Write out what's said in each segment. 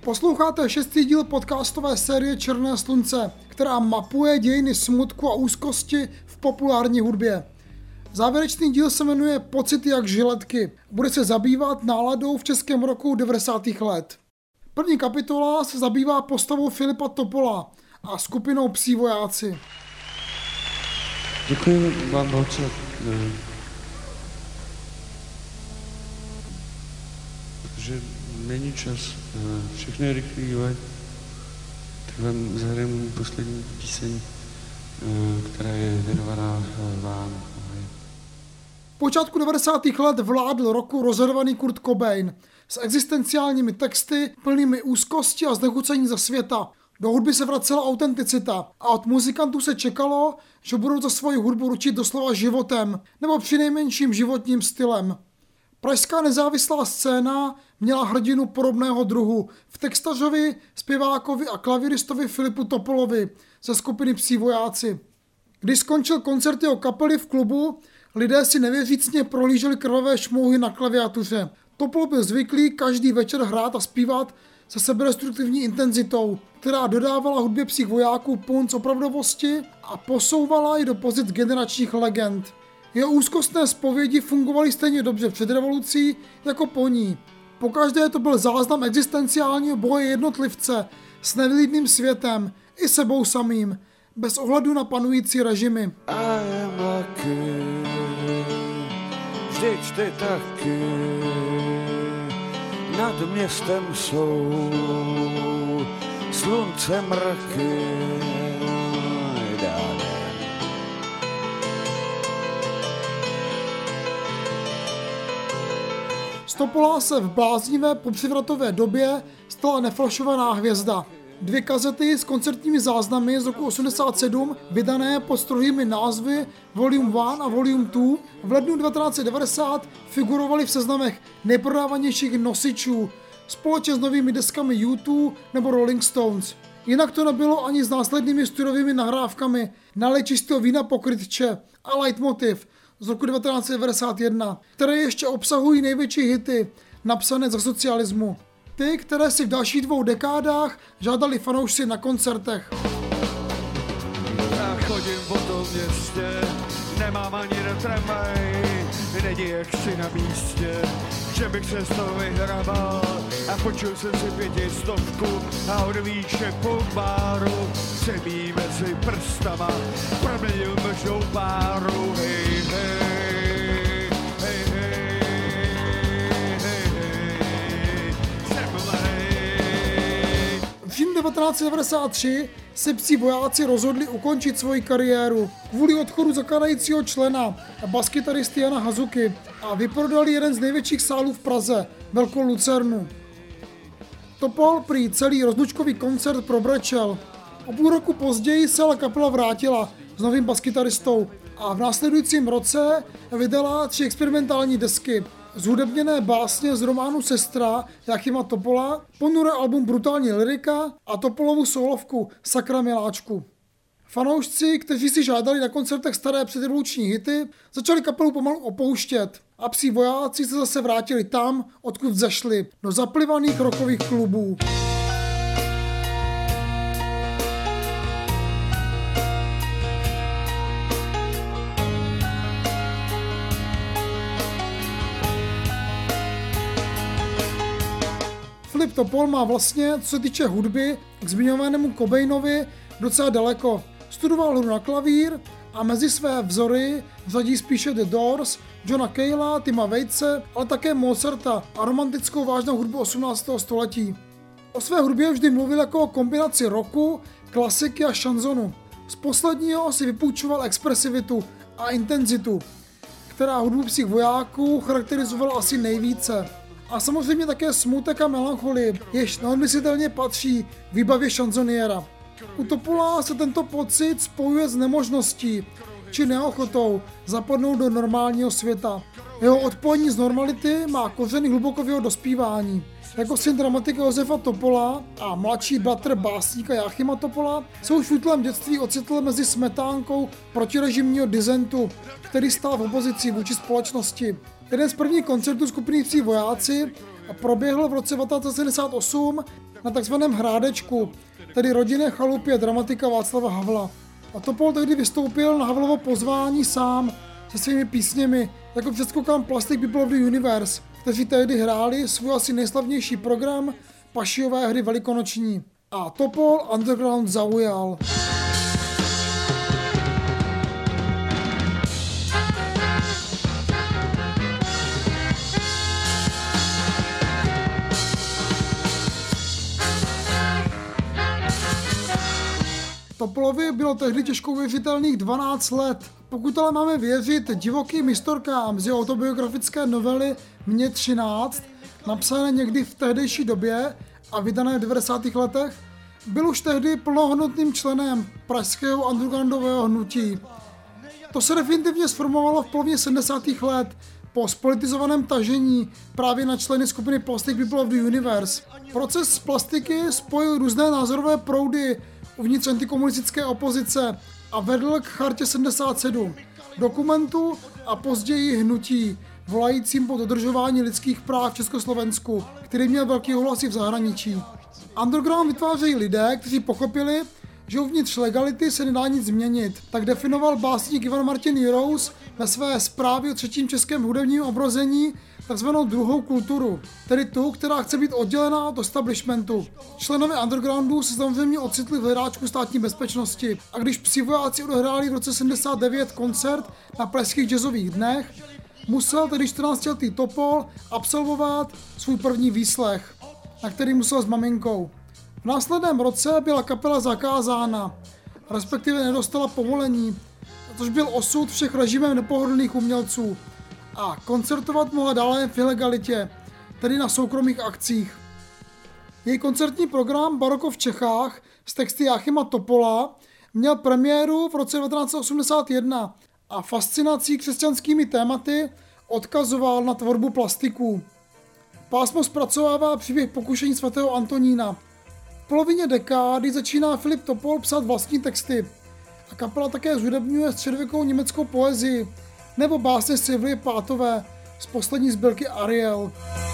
Posloucháte 6. díl podcastové série Černé slunce, která mapuje dějiny smutku a úzkosti v populární hudbě. Závěrečný díl se jmenuje Pocity jak žiletky. Bude se zabývat náladou v českém rocku 90. let. První kapitola se zabývá postavou Filipa Topola a skupinou Psí vojáci. Děkuji vám moc. Protože není čas, všechno je rychlý, tak vám zahraju poslední píseň, která je věnovaná vám. V počátku 90. let vládl rocku rozhodovaný Kurt Cobain s existenciálními texty plnými úzkosti a znechucení ze světa. Do hudby se vracela autenticita a od muzikantů se čekalo, že budou za svoji hudbu ručit doslova životem nebo přinejmenším životním stylem. Pražská nezávislá scéna měla hrdinu podobného druhu v textařovi, zpěvákovi a klavíristovi Filipu Topolovi ze skupiny Psí vojáci. Když skončil koncert jeho kapely v klubu, lidé si nevěřícně prohlíželi krvavé šmouhy na klaviatuře. Topol byl zvyklý každý večer hrát a zpívat se sebedestruktivní intenzitou, která dodávala hudbě Psích vojáků punc opravdovosti a posouvala ji do pozic generačních legend. Jeho úzkostné zpovědi fungovaly stejně dobře před revolucí jako po ní. Pokaždé to byl záznam existenciálního boje jednotlivce s nevlídným světem i sebou samým, bez ohledu na panující režimy. Vždyť ty taky nad městem jsou slunce mraky. Z Topola se v bláznivé popřevratové době stala nefalšovaná hvězda. 2 kazety s koncertními záznamy z roku 87, vydané pod strohými názvy Volume 1 a Volume 2, v lednu 1990 figurovaly v seznamech nejprodávanějších nosičů společně s novými deskami U2 nebo Rolling Stones. Jinak to nebylo ani s následnými studiovými nahrávkami Nalej čistého vína pokrytče a Leitmotiv z roku 1991, které ještě obsahují největší hity napsané za socialismu. Ty, které si v dalších 2 dekádách žádali fanoušci na koncertech. Já chodím po tom městě, nemám ani na tramvaj, není jak si na místě, že bych se z toho vyhrabal a počul jsem si 500 a od výše po báru přebí mezi prstama, proměnil možnou páru, hej, hej. V říjnu 1993 se Psí vojáci rozhodli ukončit svoji kariéru kvůli odchodu zakladajícího člena baskytaristy Jana Hazuky a vyprodali jeden z největších sálů v Praze, Velkou Lucernu. Topol prý celý rozlučkový koncert probrečel. O půl roku později se ale kapela vrátila s novým baskytaristou a v následujícím roce vydala 3 experimentální desky. Zhudebněné básně z románu Sestra Jáchyma Topola, ponuré album Brutální lyrika a Topolovu solovku Sakra miláčku. Fanoušci, kteří si žádali na koncertech staré předrevoluční hity, začali kapelu pomalu opouštět a Psí vojáci se zase vrátili tam, odkud zešli, do zaplivaných rockových klubů. Filip Topol má vlastně, co se týče hudby, k zmiňovanému Cobainovi docela daleko. Studoval hru na klavír a mezi své vzory vřadí spíše The Doors, Johna Cale'a, Tima Waitse, ale také Mozarta a romantickou vážnou hudbu 18. století. O své hudbě vždy mluvil jako o kombinaci rocku, klasiky a šanzonu. Z posledního si vypůjčoval expresivitu a intenzitu, která hudbu Psích vojáků charakterizovala asi nejvíce. A samozřejmě také smutek a melancholii, jež neodmyslitelně patří k výbavě šanzoniéra. U Topola se tento pocit spojuje s nemožností či neochotou zapadnout do normálního světa. Jeho odpojení z normality má kořeny hluboko v jeho dospívání. Jako syn dramatika Josefa Topola a mladší bratr básníka Jáchyma Topola se už v útlém dětství ocitl mezi smetánkou protirežimního disentu, který stál v opozici vůči společnosti. Jeden z prvních koncertů skupiny Psí vojáci proběhl v roce 1978 na takzvaném Hrádečku, tedy rodinné chalupě dramatika Václava Havla. A Topol tehdy vystoupil na Havlovo pozvání sám se svými písněmi, jako předskokám Plastic People of the Universe, kteří tehdy hráli svůj asi nejslavnější program Pašiové hry velikonoční. A Topol underground zaujal. Topolovi bylo tehdy těžko uvěřitelných 12 let. Pokud ale máme věřit divokým historkám z jeho autobiografické novely Mně 13, napsané někdy v tehdejší době a vydané v 90. letech, byl už tehdy plnohodnotným členem pražského undergroundového hnutí. To se definitivně sformovalo v polovině 70. let po spolitizovaném tažení právě na členy skupiny Plastic People of the Universe. Proces z plastiky spojil různé názorové proudy uvnitř antikomunistické opozice a vedl k Chartě 77, dokumentu a později hnutí, volajícím po dodržování lidských práv v Československu, který měl velký ohlas i v zahraničí. Underground vytvářejí lidé, kteří pochopili, že uvnitř legality se nedá nic změnit. Tak definoval básník Ivan Martin Jirous ve své zprávě o třetím českém hudebním obrození takzvanou druhou kulturu, tedy tu, která chce být oddělená od establishmentu. Členové undergroundu se samozřejmě ocitli v hledáčku státní bezpečnosti a když Psi vojáci odehráli v roce 79 koncert na pražských jazzových dnech, musel tedy 14letý Topol absolvovat svůj první výslech, na který musel s maminkou. V následném roce byla kapela zakázána, respektive nedostala povolení, což byl osud všech režimem nepohodlných umělců a koncertovat mohla dále v ilegalitě, tedy na soukromých akcích. Její koncertní program Baroko v Čechách s texty Jáchyma Topola měl premiéru v roce 1981 a fascinací křesťanskými tématy odkazoval na tvorbu plastiků. Pásmo zpracovává příběh pokušení svatého Antonína. V polovině dekády začíná Filip Topol psát vlastní texty a kapela také zhudebňuje středověkou německou poezii nebo básně Sylvie Pátové z poslední sbírky Ariel.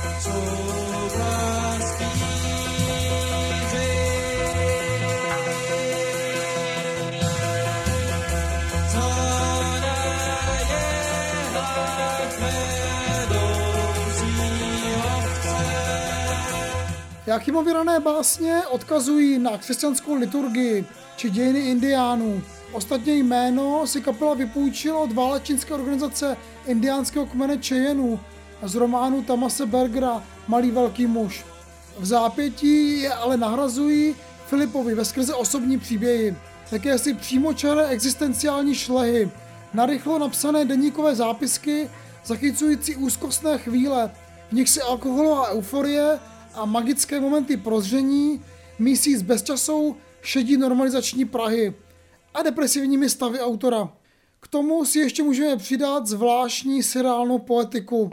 Jáchymovy rané básně odkazují na křesťanskou liturgii či dějiny indiánů. Ostatně jméno si kapela vypůjčila od válečnické organizace indiánského kmene Cheyenů z románu Tamase Bergera Malý velký muž. V zápětí je ale nahrazují Filipovi veskrze osobní příběhy, jakési přímočaré existenciální šlehy, narychlo napsané deníkové zápisky zachycující úzkostné chvíle, v nich si alkoholová euforie a magické momenty prozření mísí s bezčasou šedí normalizační Prahy a depresivními stavy autora. K tomu si ještě můžeme přidat zvláštní surreálnou poetiku.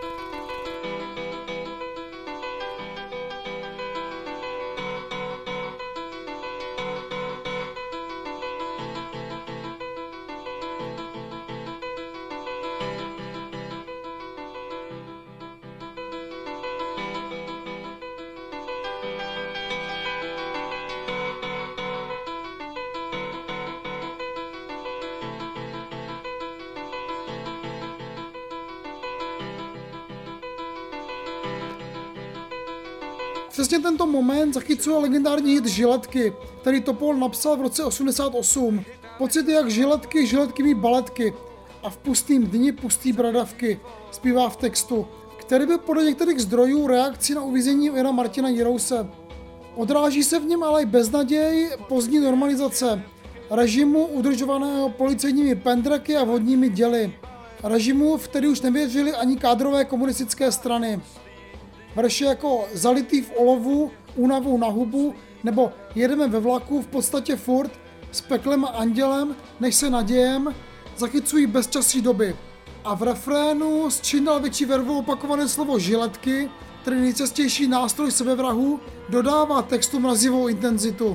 Přesně tento moment zachycuje legendární hit Žiletky, který Topol napsal v roce 88. Pocit je jak žiletky mý baletky a v pustým dni pustý bradavky, zpívá v textu, který byl podle některých zdrojů reakcí na uvízení Jana Martina Jirouse. Odráží se v něm ale i beznaděj pozdní normalizace režimu udržovaného policejními pendreky a vodními děly. Režimu, v který už nevěřili ani kádrové komunistické strany. Verše jako Zalitý v olovu, Únavou na hubu nebo Jedeme ve vlaku v podstatě furt, S peklem a andělem, Než se nadějem, zachycují bezčasí doby. A v refrénu s čím dál větší vervou opakované slovo žiletky, tedy nejčastější nástroj sebevrahu, dodává textu mrazivou intenzitu.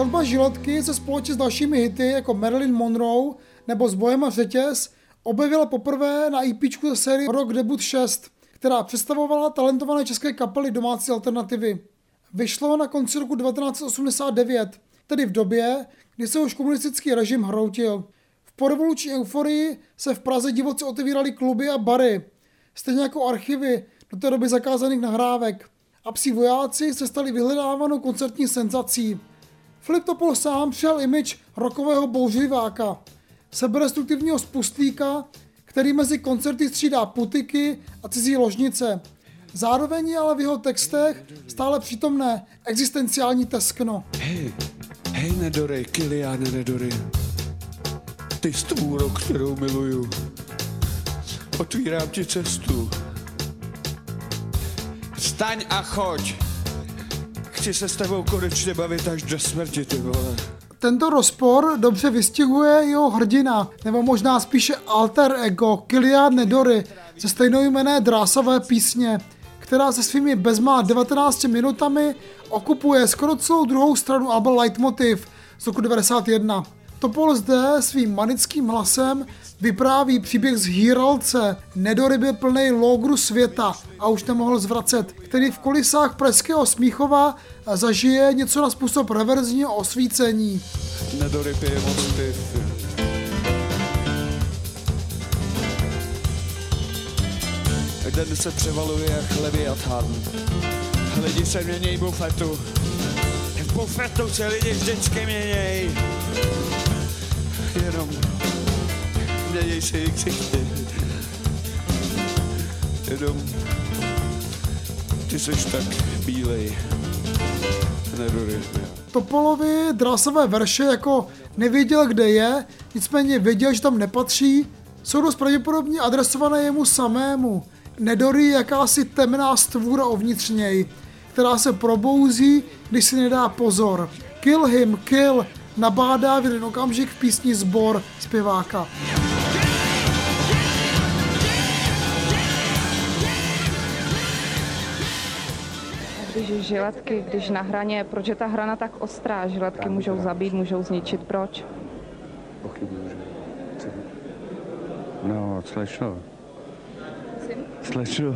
Skladba Žiletky se společně s dalšími hity jako Marilyn Monroe nebo S bojem a řetěz objevila poprvé na EPčku ze série Rock Debut 6, která představovala talentované české kapely domácí alternativy. Vyšlo na konci roku 1989, tedy v době, kdy se už komunistický režim hroutil. V porevoluční euforii se v Praze divoce otevíraly kluby a bary, stejně jako archivy do té doby zakázaných nahrávek. A Psí vojáci se stali vyhledávanou koncertní senzací. Filip Topol sám přijal image rockového bouřliváka, seberestruktivního spustlíka, který mezi koncerty střídá putiky a cizí ložnice. Zároveň je ale v jeho textech stále přítomné existenciální teskno. Hej nedory, Kiliáne nedory, ty stvůro, kterou miluju, otvírám ti cestu. Vstaň a choď, chci se s tebou konečně bavit až do smrti, ty vole. Tento rozpor dobře vystihuje jeho hrdina, nebo možná spíše alter ego Kilián Nedory ze stejnojmenné drásavé písně, která se svými bezmála 19 minutami okupuje skoro celou druhou stranu alba Leitmotiv z roku 1991. Topol zde svým manickým hlasem vypráví příběh z Hýralce. Nedory byl plnej lógru světa a už nemohl zvracet, který v kulisách pražského Smíchova zažije něco na způsob reverzního osvícení. Nedory pije moc piv. Den se převaluje jak leviathan. Lidi se měněj bufetu. V bufetu se lidi vždycky měněj. Jenom měněj si jich ksichty. Jenom ty seš tak bílej. Nedory. Topolovi drásové verše jako nevěděl, kde je, nicméně věděl, že tam nepatří, jsou dost pravděpodobně adresované jemu samému. Nedory je jakási temná stvůra uvnitř něj, která se probouzí, když si nedá pozor. Kill him, kill, nabádá v jeden okamžik v písni Sbor zpěváka. Když žiletky, když na hraně, proč je ta hrana tak ostrá? Žiletky můžou zabít, můžou zničit, proč? Pochybuju, že... No, slečno.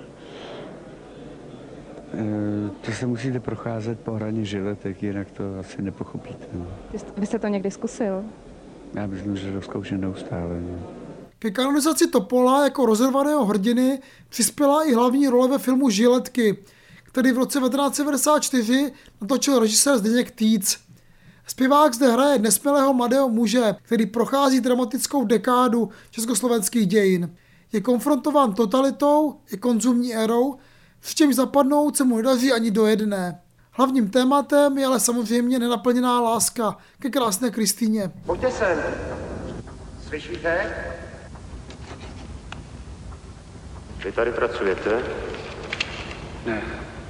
To se musíte procházet po hraně žiletek, jinak to asi nepochopíte. No. Vy jste to někdy zkusil? Já myslím, že to zkouším neustále. No. Ke kanonizaci Topola jako rozervaného hrdiny přispěla i hlavní role ve filmu Žiletky, který v roce 1994 natočil režisér Zdeněk Týc. Zpěvák zde hraje nesmělého mladého muže, který prochází dramatickou dekádu československých dějin. Je konfrontován totalitou i konzumní érou, přičemž zapadnout se mu nedaří ani do jedné. Hlavním tématem je ale samozřejmě nenaplněná láska ke krásné Kristýně. Pojďte sem. Slyšíte? Vy tady pracujete? Ne.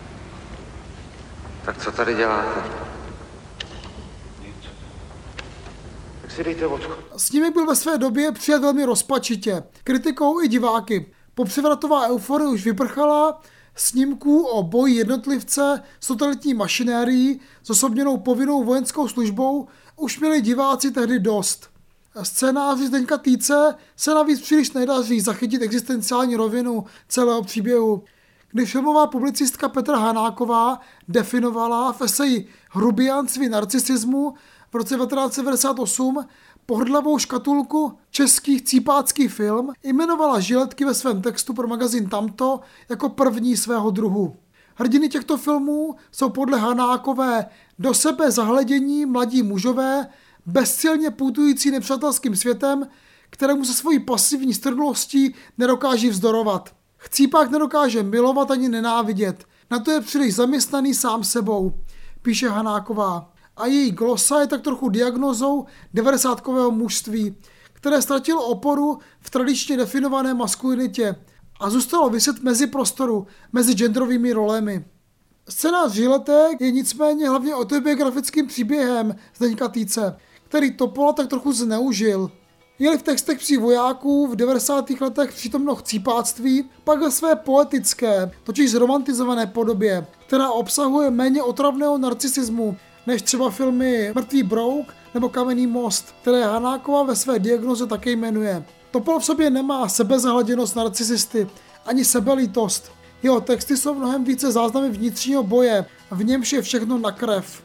Tak co tady děláte? Nic. Tak si dejte vodku. Snímek byl ve své době přijat velmi rozpačitě, kritikou i diváky. Popřevratová euforie už vyprchala, snímků o boji jednotlivce s totalitní mašinérií s osobněnou povinnou vojenskou službou už měli diváci tehdy dost. Scénáři Zdeňka Týce se navíc příliš nedaří zachytit existenciální rovinu celého příběhu. Když filmová publicistka Petra Hanáková definovala v eseji Hrubiánství narcisismu v roce 1998 pohrdlavou škatulku českých cípácký film, jmenovala Žiletky ve svém textu pro magazín Tamto jako první svého druhu. Hrdiny těchto filmů jsou podle Hanákové do sebe zahledění mladí mužové, bezcilně putující nepřátelským světem, kterému se svojí pasivní strnulostí nedokáží vzdorovat. Chcípák nedokáže milovat ani nenávidět, na to je příliš zaměstnaný sám sebou, píše Hanáková. A její glosa je tak trochu diagnózou 90kového mužství, které ztratilo oporu v tradičně definované maskulinitě a zůstalo viset mezi prostoru, mezi genderovými rolemi. Scénář Žiletek je nicméně hlavně autobiografickým příběhem Zdeňka Týce, který Topola tak trochu zneužil. Je-li v textech Psích vojáků v 90. letech přítomno chcípáctví, pak ve své poetické, totiž zromantizované podobě, která obsahuje méně otravného narcisismu než třeba filmy Mrtvý brouk nebo Kamenný most, které Hanáková ve své diagnoze také jmenuje. Topol v sobě nemá sebezahleděnost narcisisty, ani sebelítost. Jeho texty jsou mnohem více záznamy vnitřního boje, v němž je všechno na krev.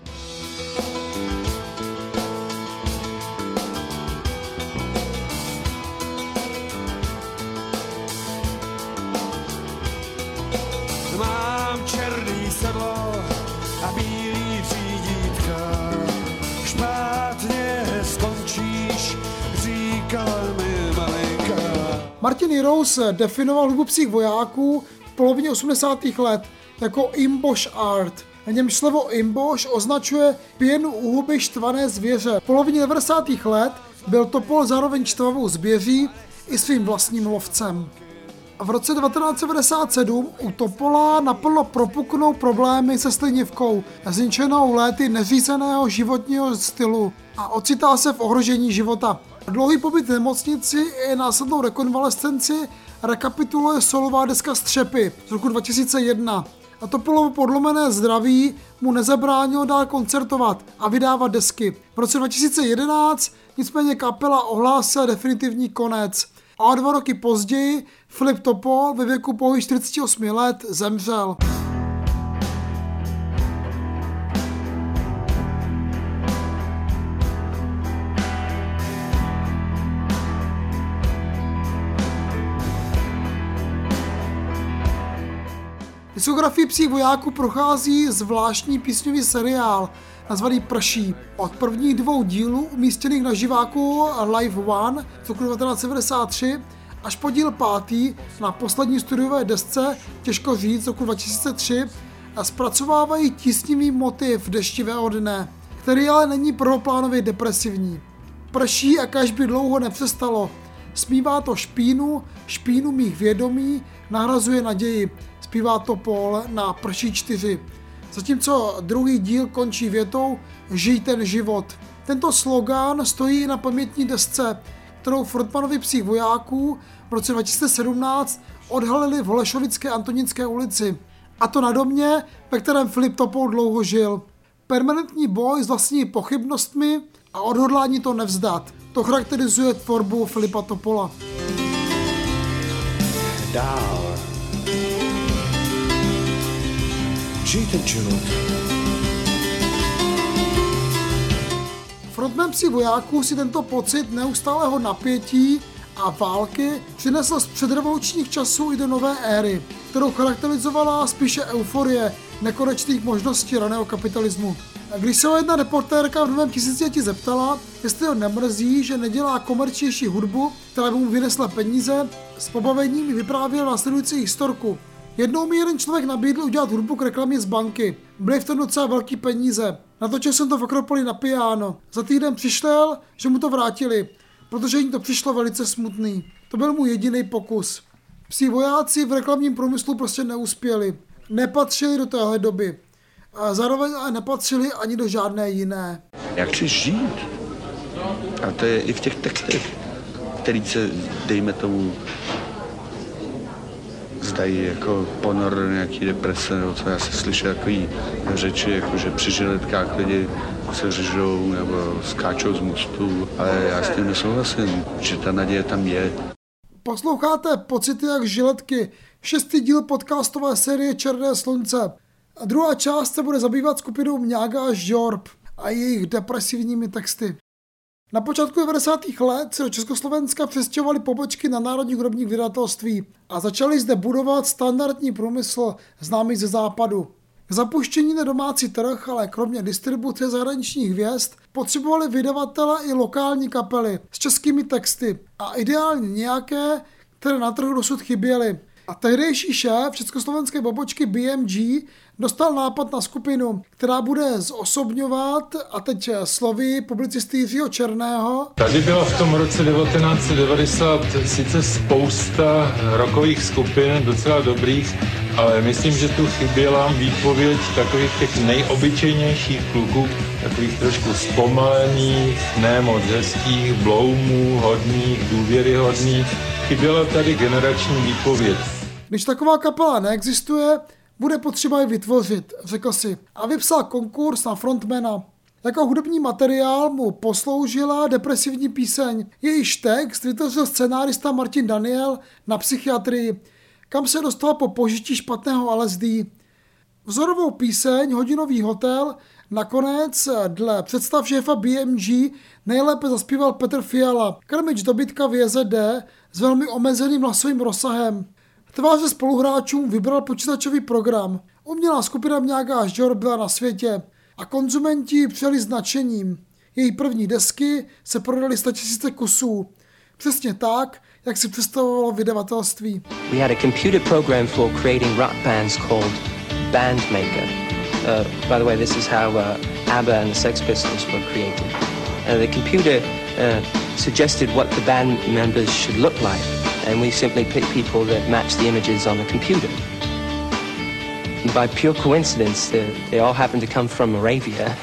Mám černý sedlo a bílý řídítka. Špatně skončíš, říkala mi malinka. Martin Hirous definoval hudbu Psích vojáků v polovině 80. let jako imboš art. V něm slovo imboš označuje pěnu u huby štvané zvěře. V polovině 90. let byl Topol zároveň štvavou zvěří i svým vlastním lovcem. V roce 1997 u Topola naplno propuknou problémy se slinivkou, zničenou léty neřízeného životního stylu a ocitá se v ohrožení života. Dlouhý pobyt v nemocnici i následnou rekonvalescenci rekapituluje solová deska Střepy z roku 2001. A Topolovo podlomené zdraví mu nezabránilo dál koncertovat a vydávat desky. V roce 2011 nicméně kapela ohlásila definitivní konec. A o 2 roky později Filip Topol ve věku pouhých 48 let zemřel. Diskografii Psích vojáků prochází zvláštní písňový seriál nazvaný Prší. Od prvních 2 dílů umístěných na živáku Live One z roku 1993 až po díl 5. na poslední studiové desce Těžko říct z roku 2003 a zpracovávají tísnivý motiv deštivého dne, který ale není prvoplánově depresivní. Prší a kéž by dlouho nepřestalo. Smívá to špínu mých vědomí, nahrazuje naději, zpívá Topol na Prší 4. Zatímco druhý díl končí větou Žij ten život. Tento slogan stojí na pamětní desce, kterou frontmanovi Psích vojáků v roce 2017 odhalili v Holešovické Antoninské ulici. A to na domě, ve kterém Filip Topol dlouho žil. Permanentní boj s vlastními pochybnostmi a odhodlání to nevzdat. To charakterizuje tvorbu Filipa Topola. Dál. Žij ten život. Frontman Psích vojáků si tento pocit neustálého napětí a války přinesl z předrevolučních časů i do nové éry, kterou charakterizovala spíše euforie nekonečných možností raného kapitalismu. Když se ho jedna reportérka v Novém tisíciletí zeptala, jestli ho nemrzí, že nedělá komerčnější hudbu, která by mu vynesla peníze, s pobavením vyprávěl následující historku. Jednou mi jeden člověk nabídl udělat hudbu k reklamě z banky. Byly v tom docela velký peníze. Natočil jsem to v Akropoli na piano. Za týden přišel, že mu to vrátili, protože jim to přišlo velice smutný. To byl můj jediný pokus. Psí vojáci v reklamním průmyslu prostě neuspěli. Nepatřili do téhle doby. A zároveň ale nepatřili ani do žádné jiné. Jak chceš žít? A to je i v těch textech, který se, dejme tomu, zdají jako ponor nějaký deprese, nebo co já se slyšel takový řeči, jako že při žiletkách lidi se řežou nebo skáčou z mostu, ale já s tím nesouhlasím, že ta naděje tam je. Posloucháte Pocity jak žiletky, 6. díl podcastové série Černé slunce. A druhá část se bude zabývat skupinou Mňága a Žorb a jejich depresivními texty. Na počátku 90. let se do Československa přestěhovaly pobočky na národních hudebních vydavatelství a začali zde budovat standardní průmysl známý ze západu. K zapuštění na domácí trh, ale kromě distribuce zahraničních hvězd, potřebovali vydavatele i lokální kapely s českými texty a ideálně nějaké, které na trhu dosud chyběly. A tehdejší šéf československé pobočky BMG dostal nápad na skupinu, která bude zosobňovat, a teď slovy publicisty Jiřího Černého. Tady byla v tom roce 1990 sice spousta rockových skupin, docela dobrých, ale myslím, že tu chyběla výpověď takových těch nejobyčejnějších kluků, takových trošku zpomalených, ne moc hezkých, bloumů, hodných, důvěryhodných. Chyběla tady generační výpověď. Když taková kapela neexistuje, bude potřeba ji vytvořit, řekl si. A vypsal konkurs na frontmana. Jako hudební materiál mu posloužila depresivní píseň. Jejíž text vytvořil scenárista Martin Daniel na psychiatrii, kam se dostal po požití špatného LSD. Vzorovou píseň Hodinový hotel nakonec dle představ šéfa BMG nejlépe zaspíval Petr Fiala, krmič dobytka v JZD s velmi omezeným hlasovým rozsahem. Tváře spoluhráčům vybral počítačový program. Umělá skupina Mňága až Dior byla na světě a konzumenti přijali s nadšením. Její první desky se prodaly 100 000 kusů. Přesně tak, jak si představovalo vydavatelství. We had a computer program for creating rock bands called Bandmaker. By the way, this is how ABBA and the Sex Pistols were created. The computer suggested what the band members should look like, and we simply picked people that matched the images on the computer. By pure coincidence, they all happened to come from Moravia.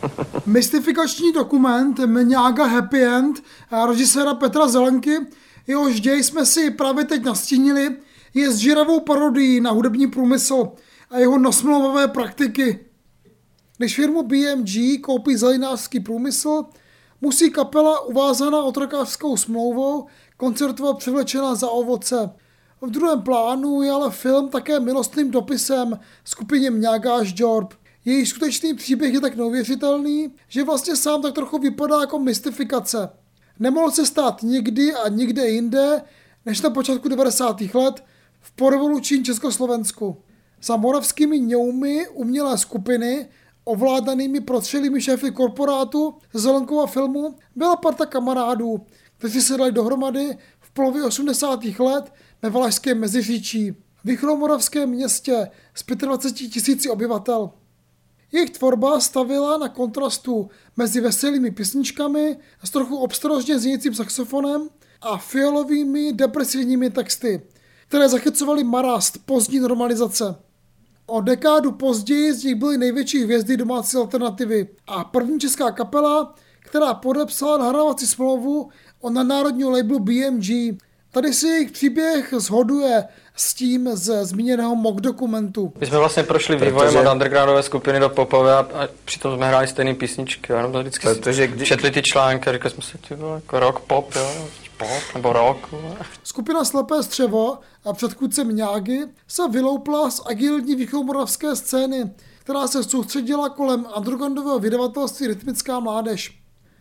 Mystifikační dokument Mňága Happy End režiséra Petra Zelenky, jehož děj jsme si právě teď nastínili, je zžíravou parodií na hudební průmysl a jeho nasmlouvavé praktiky. Když firmu BMG koupí zelinářský průmysl, musí kapela uvázaná otrokářskou smlouvou koncertovat převlečená za ovoce. V druhém plánu je ale film také milostným dopisem skupině Mňága až Dior. Její skutečný příběh je tak neuvěřitelný, že vlastně sám tak trochu vypadá jako mystifikace. Nemohl se stát nikdy a nikde jinde, než na počátku 90. let v porevolučním Československu. Za moravskými ňoumy umělé skupiny, ovládanými protřelými šéfy korporátu ze Zelenkova filmu, byla parta kamarádů, kteří se dali dohromady v polovině 80. let ve Valašském Meziříčí, východomoravském městě s 25 000 obyvatel. Jejich tvorba stavila na kontrastu mezi veselými písničkami s trochu obstrožně znějícím saxofonem a fialovými depresivními texty, které zachycovaly marast pozdní normalizace. O dekádu později z nich byly největší hvězdy domácí alternativy a první česká kapela, která podepsala nahrávací smlouvu o nadnárodního labelu BMG. Tady si jejich příběh shoduje s tím ze zmíněného mock dokumentu. My jsme vlastně prošli vývojem od undergroundové skupiny do popové a přitom jsme hráli stejné písničky. Jenom vždycky četli ty články a říkali jsme si, jako rock, pop, jo, pop nebo rock. Skupina Slepé střevo a předchůdce Mňágy se vyloupla z agilní východomoravské scény, která se soustředila kolem undergroundového vydavatelství Rytmická mládež.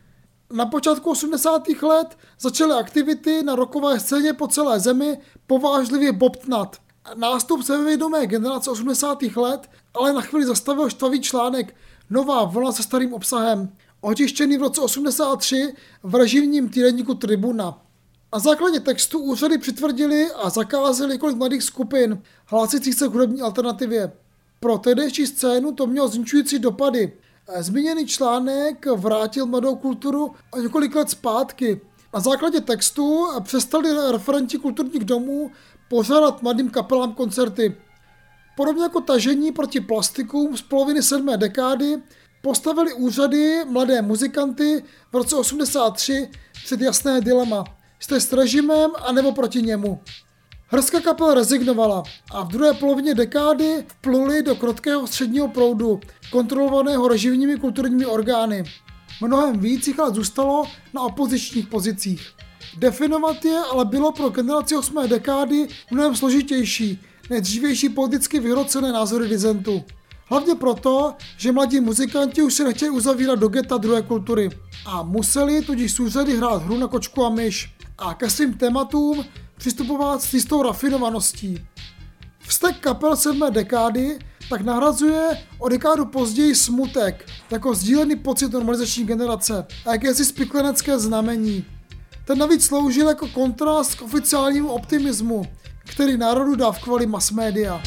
Na počátku 80. let začaly aktivity na rockové scéně po celé zemi povážlivě bobtnat. Nástup sebevědomé generace 80. let ale na chvíli zastavil štvavý článek Nová vlna se starým obsahem, otištěný v roce 83 v režimním týdeníku Tribuna. Na základě textu úřady přitvrdili a zakázali několik mladých skupin, hlásících se k hudební alternativě. Pro tehdejší scénu to mělo zničující dopady. Zmíněný článek vrátil mladou kulturu o několik let zpátky. Na základě textu přestali referenti kulturních domů pořádat mladým kapelám koncerty. Podobně jako tažení proti plastikům z poloviny 7. dekády postavili úřady mladé muzikanty v roce 83 před jasné dilema. Jste s režimem anebo proti němu. Hrstka kapel rezignovala a v druhé polovině dekády vpluli do krotkého středního proudu, kontrolovaného režimními kulturními orgány. Mnohem víc jich ale zůstalo na opozičních pozicích. Definovat je ale bylo pro generaci 8. dekády mnohem složitější než dřívější politicky vyhrocené názory disentu. Hlavně proto, že mladí muzikanti už se nechtěli uzavírat do geta druhé kultury a museli tudíž s úřady hrát hru na kočku a myš a ke svým tématům přistupovat s jistou rafinovaností. Vztek kapel 7. dekády tak nahrazuje o dekádu později smutek jako sdílený pocit normalizační generace a jakési spiklenecké znamení. Ten navíc sloužil jako kontrast k oficiálnímu optimismu, který národu dávkovali mass media.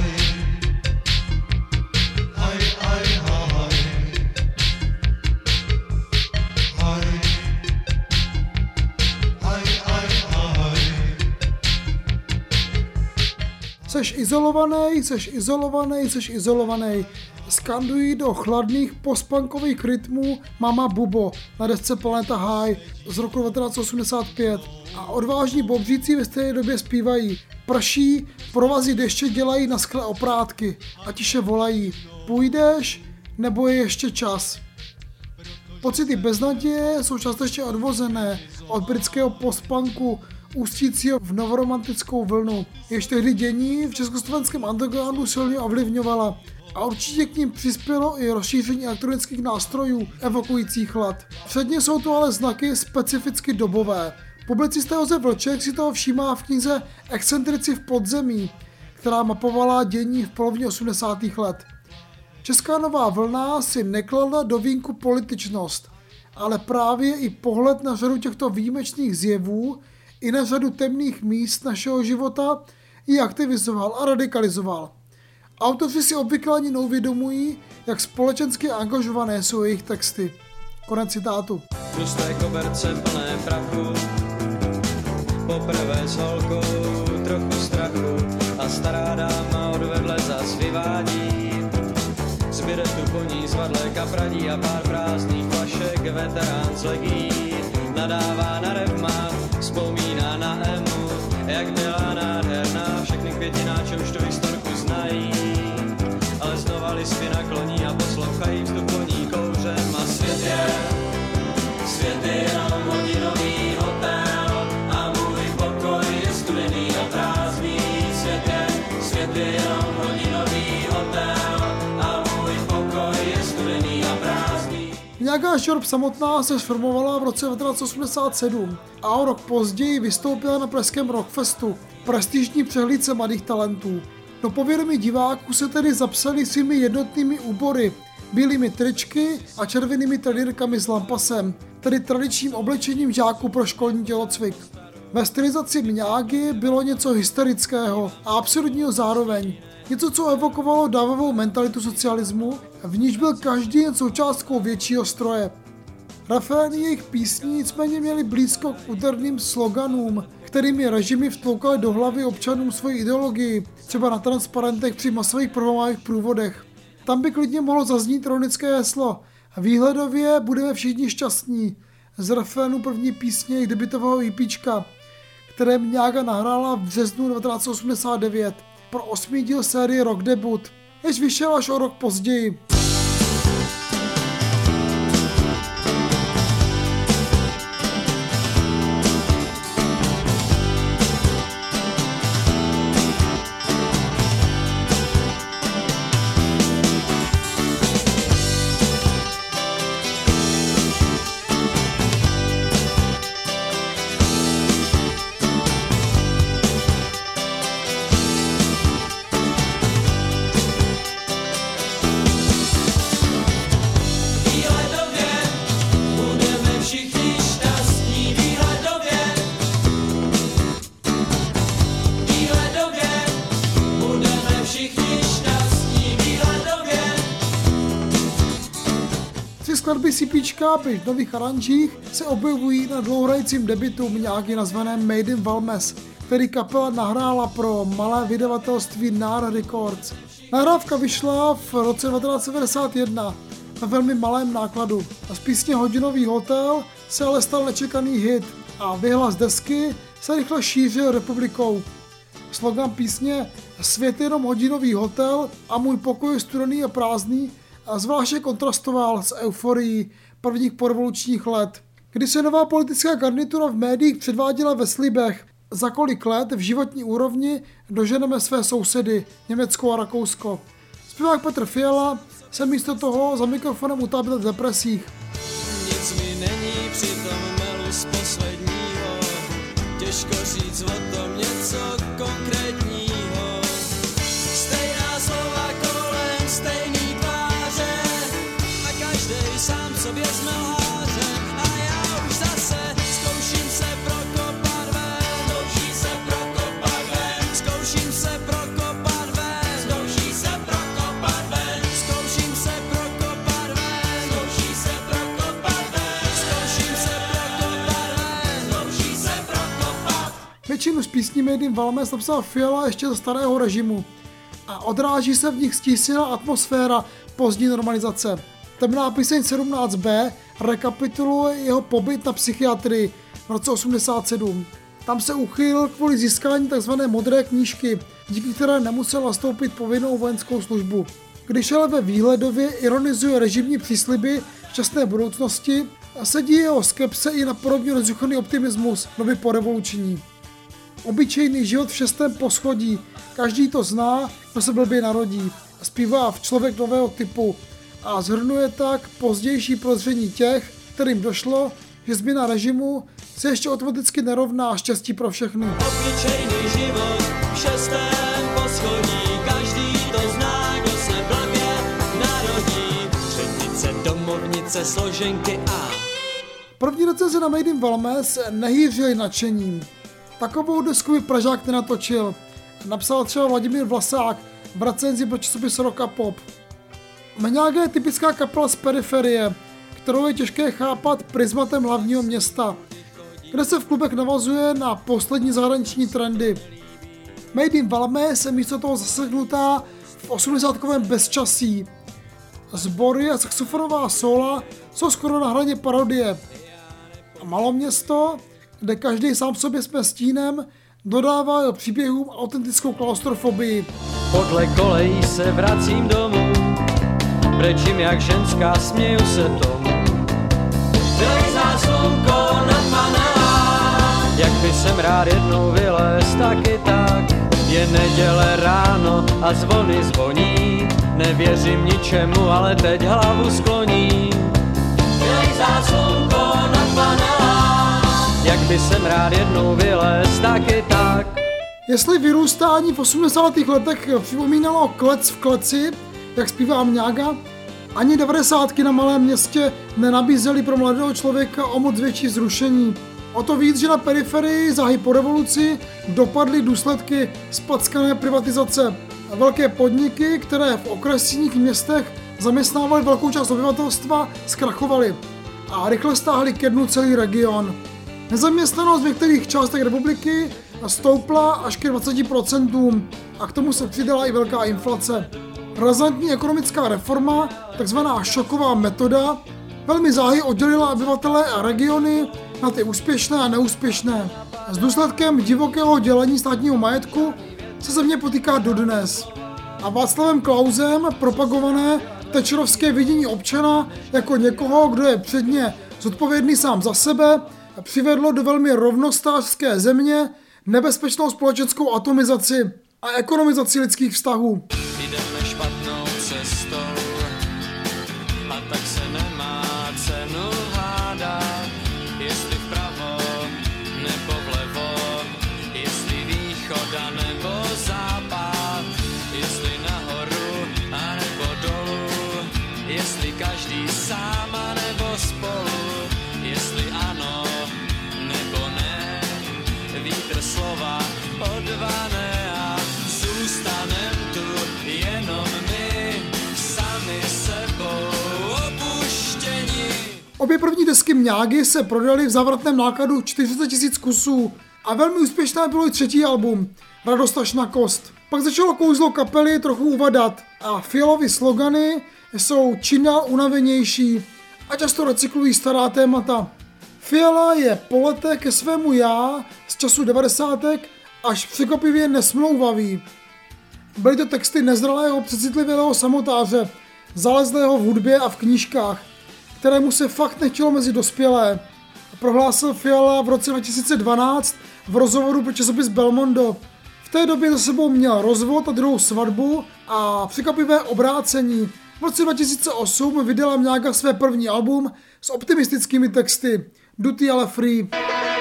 Seš izolovaný, skandují do chladných postpunkových rytmů Mama Bubo na desce Planeta High z roku 1985 a odvážní bobříci ve stejné době zpívají prší, provazy deště dělají na skle oprátky a tiše volají půjdeš nebo je ještě čas. Pocity beznaděje jsou částečně odvozené od britského postpunku ústícího v novoromantickou vlnu, jež tehdy dění v československém undergroundu silně ovlivňovala. A určitě k ním přispělo i rozšíření elektronických nástrojů evokujících hlad. Předně jsou to ale znaky specificky dobové. Publicista Josef Vlček si toho všímá v knize Excentrici v podzemí, která mapovala dění v polovině 80. let. Česká nová vlna si nekladla do vínku političnost, ale právě i pohled na řadu těchto výjimečných zjevů i na řadu temných míst našeho života ji aktivizoval a radikalizoval. Autoři si obvykle ani neuvědomují, jak společensky angažované jsou jejich texty. Konec citátu. Tlusté koberce plné prachu, poprvé s holkou trochu strachu a stará dáma odvedle zas vyvádí. Zbyde tu po ní zvadlé kapradí a pár prázdných flašek, veterán z legí. Nadává na revma, vzpomíná na Emu, jak byla nádherná, všechny květináče už tu historku znají. Ale znova listy nakloní a poslouchají vzduch voní kouřem a svět je jenom hodinový hotel a můj pokoj je studený a prázdný. Svět je jenom hodinový hotel a můj pokoj je studený a prázdný. Nějaká Šorb samotná se sformovala v roce 1987 a o rok později vystoupila na pražském Rockfestu, prestižní přehlídce mladých talentů. Do povědomí diváků se tedy zapsali svými jednotnými úbory, bílými tričky a červenými trenýrkami s lampasem, tedy tradičním oblečením žáků pro školní tělocvik. Ve stylizaci Mňágy bylo něco hysterického a absurdního zároveň. Něco, co evokovalo dávovou mentalitu socialismu, v níž byl každý jen součástkou většího stroje. Refrény jejich písní nicméně měly blízko k úderným sloganům, kterými režimy vtloukaly do hlavy občanům svoji ideologii, třeba na transparentech při masových programových průvodech. Tam by klidně mohlo zaznít ironické heslo "Výhledově budeme všichni šťastní" z refrénu první písně jejich debutového EPčka, které Mňága nahrála v březnu 1989 pro 8. díl série Rock Debut, jež vyšel až o rok později. Skladby CPčka v nových aranžích se objevují na dlouhohrajícím debutu Mňágy nazvaném Made in Valmes, který kapela nahrála pro malé vydavatelství NAR Records. Nahrávka vyšla v roce 1991 na velmi malém nákladu a z písně Hodinový hotel se ale stal nečekaný hit a vyhlas desky se rychle šířil republikou. Slogan písně "Svět jenom hodinový hotel a můj pokoj je studený a prázdný" a zvláště kontrastoval s euforií prvních porevolučních let, kdy se nová politická garnitura v médiích předváděla ve slibech, za kolik let v životní úrovni doženeme své sousedy, Německo a Rakousko. Zpěvák Petr Fiala se místo toho za mikrofonem utápěl v depresích. Nic mi není při tom melu z posledního, těžko říct o tom něco konkrétního. Stejná slova kolem, stejný sám sobě jsme lháře a já už zase zkouším se prokopat ven. Zkouším se prokopat ven. Zkouším se prokopat ven. Zkouším se prokopat ven. Zkouším se prokopat ven. Zkouším se prokopat ven. Zkouším se prokopat ven. Zkouším se prokopat. Většinu z písní Made in Valmes napsal Fiala ještě za starého režimu a odráží se v nich stísněná atmosféra pozdní normalizace. Temná píseň 17b rekapituluje jeho pobyt na psychiatrii v roce 1987. Tam se uchýlil kvůli získání tzv. Modré knížky, díky které nemusel nastoupit povinnou vojenskou službu. Když ale ve Výhledově ironizuje režimní přísliby šťastné budoucnosti a sedí jeho skepse i na podobně rozjuchaný optimismus nový porevoluční. Obyčejný život v 6. poschodí, každý to zná, kdo se blbě narodí. Zpívá v Člověk nového typu a zhrnuje tak pozdější podezření těch, kterým došlo, že změna režimu se ještě automaticky nerovná štěstí pro všechny. Obyčejný život v 6. poschodí, každý to zná, kdo se blbě narodí. Třetnice, domovnice, složenky a... První recenze na Made in Valmes nehýřili nadšením. Takovou desku by Pražák nenatočil. Napsal třeba Vladimír Vlasák v recenzi pro časopis Rock a Pop. Mňága je typická kapela z periferie, kterou je těžké chápat prismatem hlavního města, kde se v klubech navazuje na poslední zahraniční trendy. Made in Valmes je místo toho zaseknutá v 80kovém bezčasí. Sbory a saxofonová sóla jsou skoro na hraně parodie. A Maloměsto, kde každý sám sobě jsme stínem, dodává do příběhům autentickou klaustrofobii. Podle kolejí se vracím domů, brečím jak ženská, směju se tomu. Vylejzá slunko nad Manelá, jak by jsem rád jednou vylez, taky tak. Je neděle ráno a zvony zvoní, nevěřím ničemu, ale teď hlavu skloní. Vylejzá slunko nad Manelá, jak by jsem rád jednou vylez, taky tak. Jestli vyrůstání v 80. letech připomínalo klec v kleci, jak zpívá Mňága, ani 90. na malém městě nenabízely pro mladého člověka o moc větší zrušení. O to víc, že na periferii záhy po revoluci dopadly důsledky spackané privatizace. Velké podniky, které v okresních městech zaměstnávaly velkou část obyvatelstva, zkrachovaly a rychle stáhly ke dnu celý region. Nezaměstnanost v některých částech republiky stoupla až ke 20% a k tomu se přidala i velká inflace. Razantní ekonomická reforma, takzvaná šoková metoda, velmi záhy oddělila obyvatele a regiony na ty úspěšné a neúspěšné. S důsledkem divokého dělení státního majetku se země potýká dodnes. A Václavem Klausem propagované thatcherovské vidění občana jako někoho, kdo je předně zodpovědný sám za sebe, přivedlo do velmi rovnostářské země nebezpečnou společenskou atomizaci a ekonomizaci lidských vztahů. Jdeme špatnou cestou a tak se nemá cenu hádat, jestli vpravo nebo vlevo, jestli východ a nebo západ, jestli nahoru a nebo dolů, jestli každý sám a nebo spolu, jestli ano nebo ne, vítr slova odvané a zůstanem tu jenom my, sami sebou opuštění. Obě první desky Mňágy se prodaly v závratném nákladu 40 000 kusů a velmi úspěšné bylo i třetí album, Radost až na kost. Pak začalo kouzlo kapely trochu uvadat a fialovy slogany jsou čím dál unavenější a často recyklují stará témata. Fiala je po letech ke svému já z času 90. až překvapivě nesmlouvavý. Byly to texty nezralého, přecitlivělého samotáře, zalezlého v hudbě a v knížkách, kterému se fakt nechtělo mezi dospělé. Prohlásil Fiala v roce 2012 v rozhovoru pro časopis Belmondo. V té době za sebou měl rozvod a druhou svatbu a překvapivé obrácení. V roce 2008 vydala Mňága své první album s optimistickými texty Duty ale free.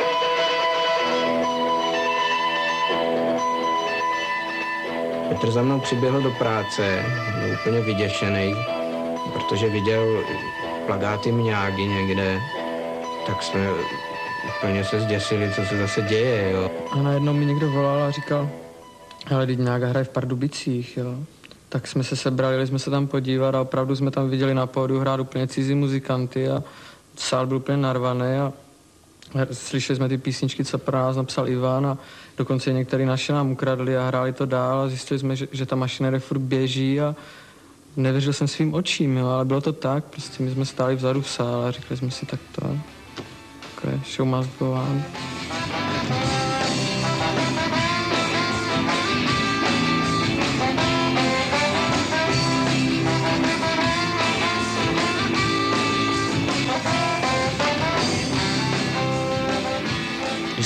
Petr za mnou přiběhl do práce, byl úplně vyděšený, protože viděl plakáty Mňágy někde, tak jsme úplně se zděsili, co se zase děje, jo. A najednou mi někdo volal a říkal, hele, teď Mňága hraje v Pardubicích, jo. Tak jsme se sebrali, jeli jsme se tam podívat a opravdu jsme tam viděli na pódiu hrát úplně cizí muzikanty a sál byl úplně narvaný a slyšeli jsme ty písničky, co pro nás napsal Ivan a dokonce některé naše nám ukradli a hráli to dál a zjistili jsme, že ta mašinerie furt běží a nevěřil jsem svým očím, jo, ale bylo to tak, prostě my jsme stáli vzadu v sále a říkali jsme si tak to, okay, show must go on.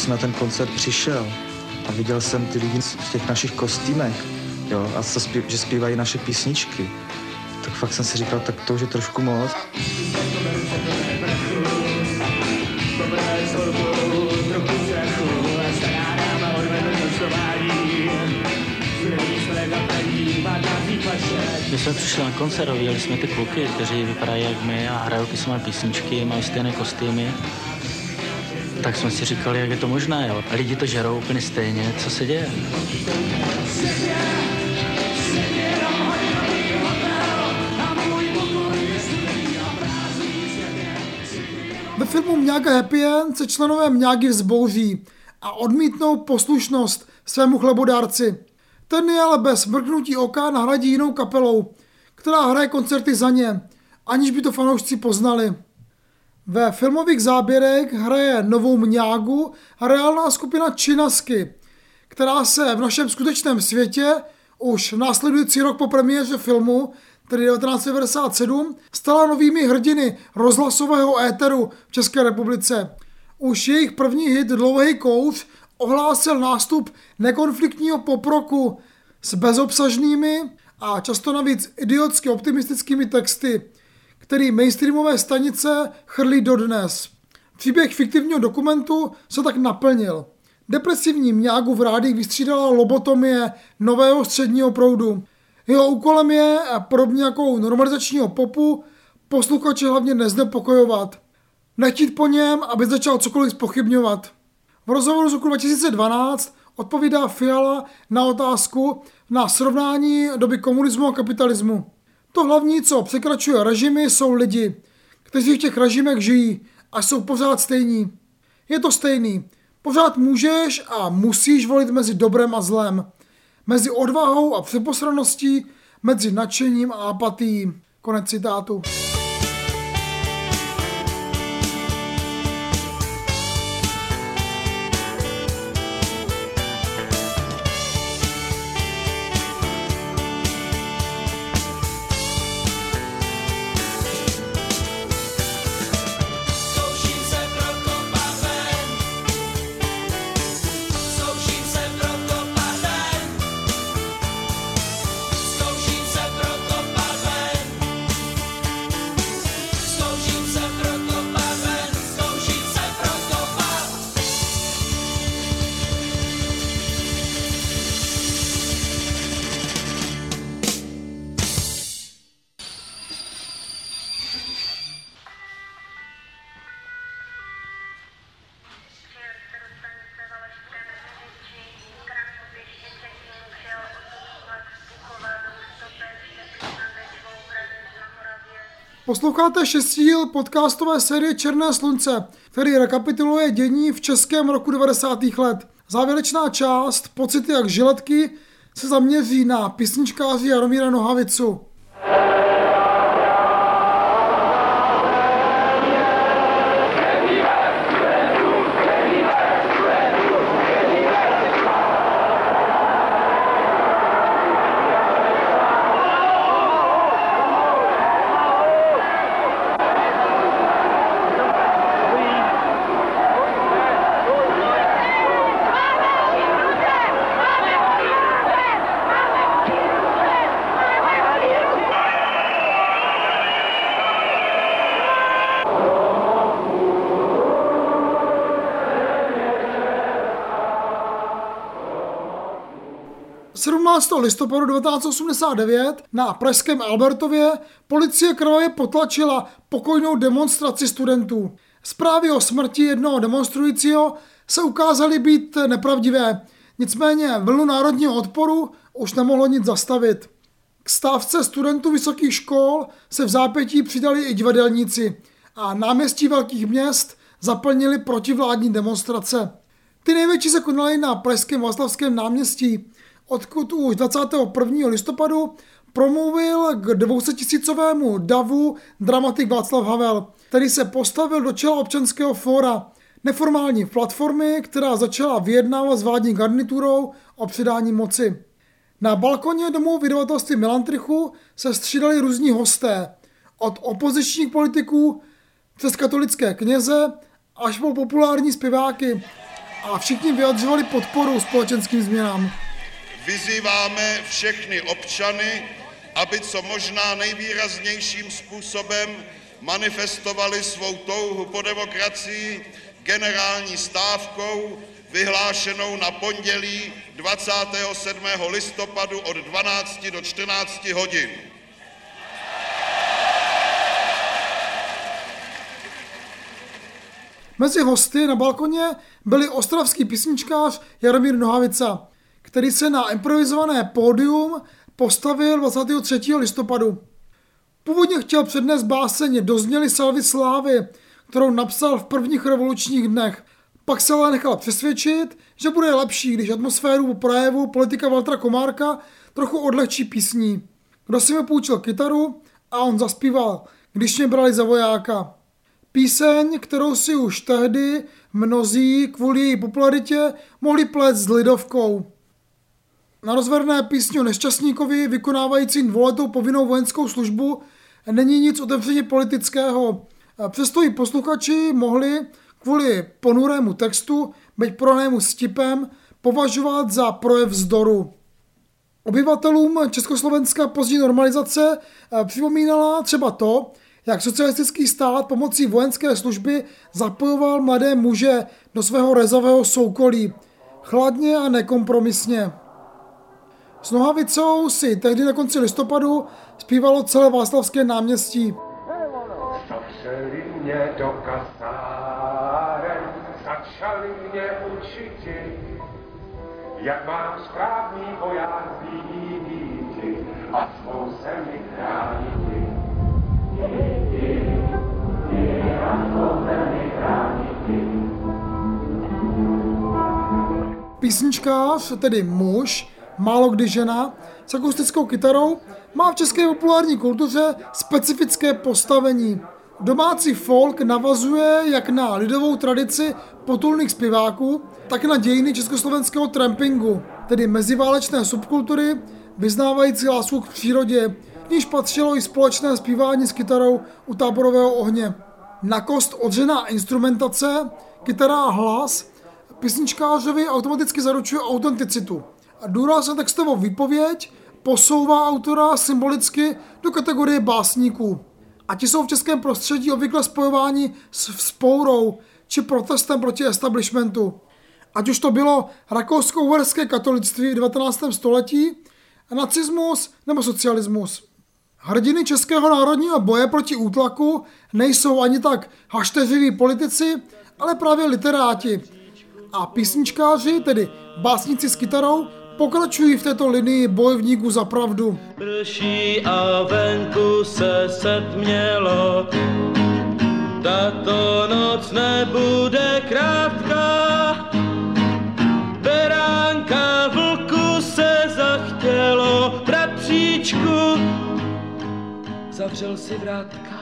když jsem na ten koncert přišel a viděl jsem ty lidi v těch našich kostýmech, jo, a že zpívají naše písničky, tak fakt jsem si říkal, tak to už je trošku moc. My jsme přišli na koncert a viděli jsme ty kluky, kteří vypadají jak my a hrajou ty samé písničky, mají stejné kostýmy. Tak jsme si říkali, jak je to možné, jo. A lidi to žerou úplně stejně, co se děje. Ve filmu Mňága Happy End se členové Mňágy vzbouří a odmítnou poslušnost svému chlebodárci. Ten je ale bez mrknutí oka nahradí jinou kapelou, která hraje koncerty za ně, aniž by to fanoušci poznali. Ve filmových záběrech hraje novou Mňágu reálná skupina Činasky, která se v našem skutečném světě už následující rok po premiéře filmu, tedy 1997, stala novými hrdiny rozhlasového éteru v České republice. Už jejich první hit Dlouhý kouř ohlásil nástup nekonfliktního poproku s bezobsažnými a často navíc idiotsky optimistickými texty, který mainstreamové stanice chrlí dodnes. Příběh fiktivního dokumentu se tak naplnil. Depresivní Mňágu v rádích vystřídala lobotomie nového středního proudu. Jeho úkolem je, podobně jako u normalizačního popu, posluchače hlavně neznepokojovat. Nechtít po něm, aby začal cokoliv zpochybňovat. V rozhovoru z roku 2012 odpovídá Fiala na otázku na srovnání doby komunismu a kapitalismu. To hlavní, co překračuje režimy, jsou lidi, kteří v těch režimech žijí a jsou pořád stejní. Je to stejný. Pořád můžeš a musíš volit mezi dobrem a zlem. Mezi odvahou a přeposraností, mezi nadšením a apatií. Konec citátu. Posloucháte 6. díl podcastové série Černé slunce, který rekapituluje dění v českém roku 90. let. Závěrečná část, pocity jak žiletky, se zaměří na písničkáři Jaromíra Nohavicu. Listopadu 1989 na pražském Albertově policie krvavě potlačila pokojnou demonstraci studentů. Zprávy o smrti jednoho demonstrujícího se ukázaly být nepravdivé, nicméně vlnu národního odporu už nemohlo nic zastavit. K stávce studentů vysokých škol se v zápětí přidali i divadelníci a náměstí velkých měst zaplnili protivládní demonstrace. Ty největší se konaly na pražském Václavském náměstí, odkud už 21. listopadu promluvil k 200 000 davu dramatik Václav Havel, který se postavil do čela občanského fóra, neformální platformy, která začala vyjednávat s vládní garniturou o předání moci. Na balkoně domu vydavatelství Melantrichu se střídali různí hosté, od opozičních politiků přes katolické kněze až po populární zpěváky a všichni vyjadřovali podporu společenským změnám. Vyzýváme všechny občany, aby co možná nejvýraznějším způsobem manifestovali svou touhu po demokracii generální stávkou vyhlášenou na pondělí 27. listopadu od 12 do 14 hodin. Mezi hosty na balkoně byli ostravský písničkář Jaromír Nohavica, který se na improvizované pódium postavil 23. listopadu. Původně chtěl přednést báseň Dozněly salvy slávy, kterou napsal v prvních revolučních dnech. Pak se ale nechal přesvědčit, že bude lepší, když atmosféru po projevu politika Valtra Komárka trochu odlehčí písní. Kdo si mi půjčil kytaru a on zaspíval Když mě brali za vojáka. Píseň, kterou si už tehdy mnozí kvůli její popularitě mohli plést s lidovkou. Na rozverné písni o nešťastníkovi vykonávajícím dvouletou povinnou vojenskou službu není nic otevřeně politického. Přesto i posluchači mohli kvůli ponurému textu, byť prodanému stipem, považovat za projev vzdoru. Obyvatelům Československa pozdní normalizace připomínala třeba to, jak socialistický stát pomocí vojenské služby zapojoval mladé muže do svého rezavého soukolí, chladně a nekompromisně. S Nohavicou si tehdy na konci listopadu zpívalo celé Václavské náměstí. Zavřeli mě do kasáren, začali mě učiti, jak mám správný voják být a svou zemi chránit. Písničkář, tedy muž, málo kdy žena, s akustickou kytarou, má v české populární kultuře specifické postavení. Domácí folk navazuje jak na lidovou tradici potulných zpěváků, tak na dějiny československého trampingu, tedy meziválečné subkultury, vyznávající lásku k přírodě, k níž patřilo i společné zpívání s kytarou u táborového ohně. Na kost odřená instrumentace, kytara a hlas písničkářovi automaticky zaručuje autenticitu. A důraz na textovou výpověď posouvá autora symbolicky do kategorie básníků. A ti jsou v českém prostředí obvykle spojováni s vzpourou či protestem proti establishmentu. Ať už to bylo rakousko-uherské katolictví v 19. století, nacismus nebo socialismus. Hrdiny českého národního boje proti útlaku nejsou ani tak hašteřiví politici, ale právě literáti. A písničkáři, tedy básníci s kytarou, pokračují v této linii bojovníků za pravdu. Prší a venku se setmělo, tato noc nebude krátká, beránka vlku se zachtělo, bratříčku, zavřel si vrátka.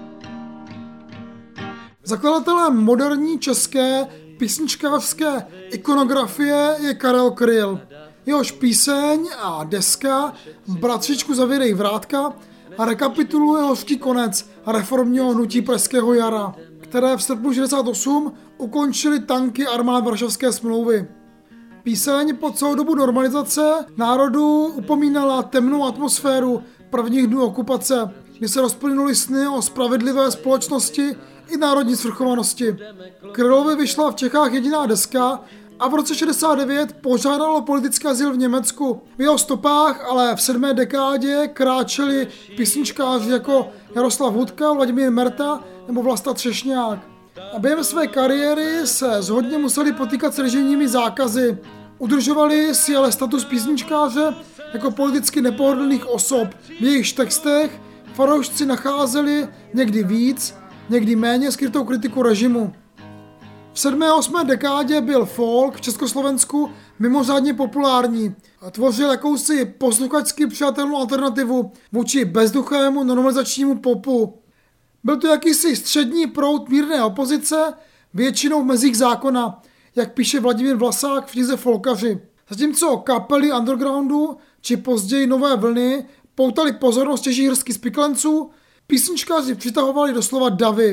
Zakladatelem moderní české písničkářské ikonografie je Karel Kryl. Jehož píseň a deska Bratříčku zavírej vrátka a rekapituluje hořký konec reformního hnutí Pražského jara, které v srpnu 1968 ukončily tanky armád Varšavské smlouvy. Píseň po celou dobu normalizace národu upomínala temnou atmosféru prvních dnů okupace, kdy se rozplynuly sny o spravedlivé společnosti i národní svrchovanosti. Krylovi vyšla v Čechách jediná deska a v roce 69 požádalo politický azyl v Německu. V jeho stopách ale v 7. dekádě kráčeli písničkáři jako Jaroslav Hudka, Vladimír Merta nebo Vlasta Třešňák. A během své kariéry se zhodně museli potýkat s režimními zákazy. Udržovali si ale status písničkáře jako politicky nepohodlných osob. V jejich textech fanoušci nacházeli někdy víc, někdy méně skrytou kritiku režimu. V 7. a 8. dekádě byl folk v Československu mimořádně populární a tvořil jakousi posluchačsky přijatelnou alternativu vůči bezduchému normalizačnímu popu. Byl to jakýsi střední proud mírné opozice, většinou v mezích zákona, jak píše Vladimír Vlasák v knize Folkaři. Zatímco kapely undergroundu či později Nové vlny poutali pozornost těžířských spiklenců, písničkáři přitahovali doslova davy.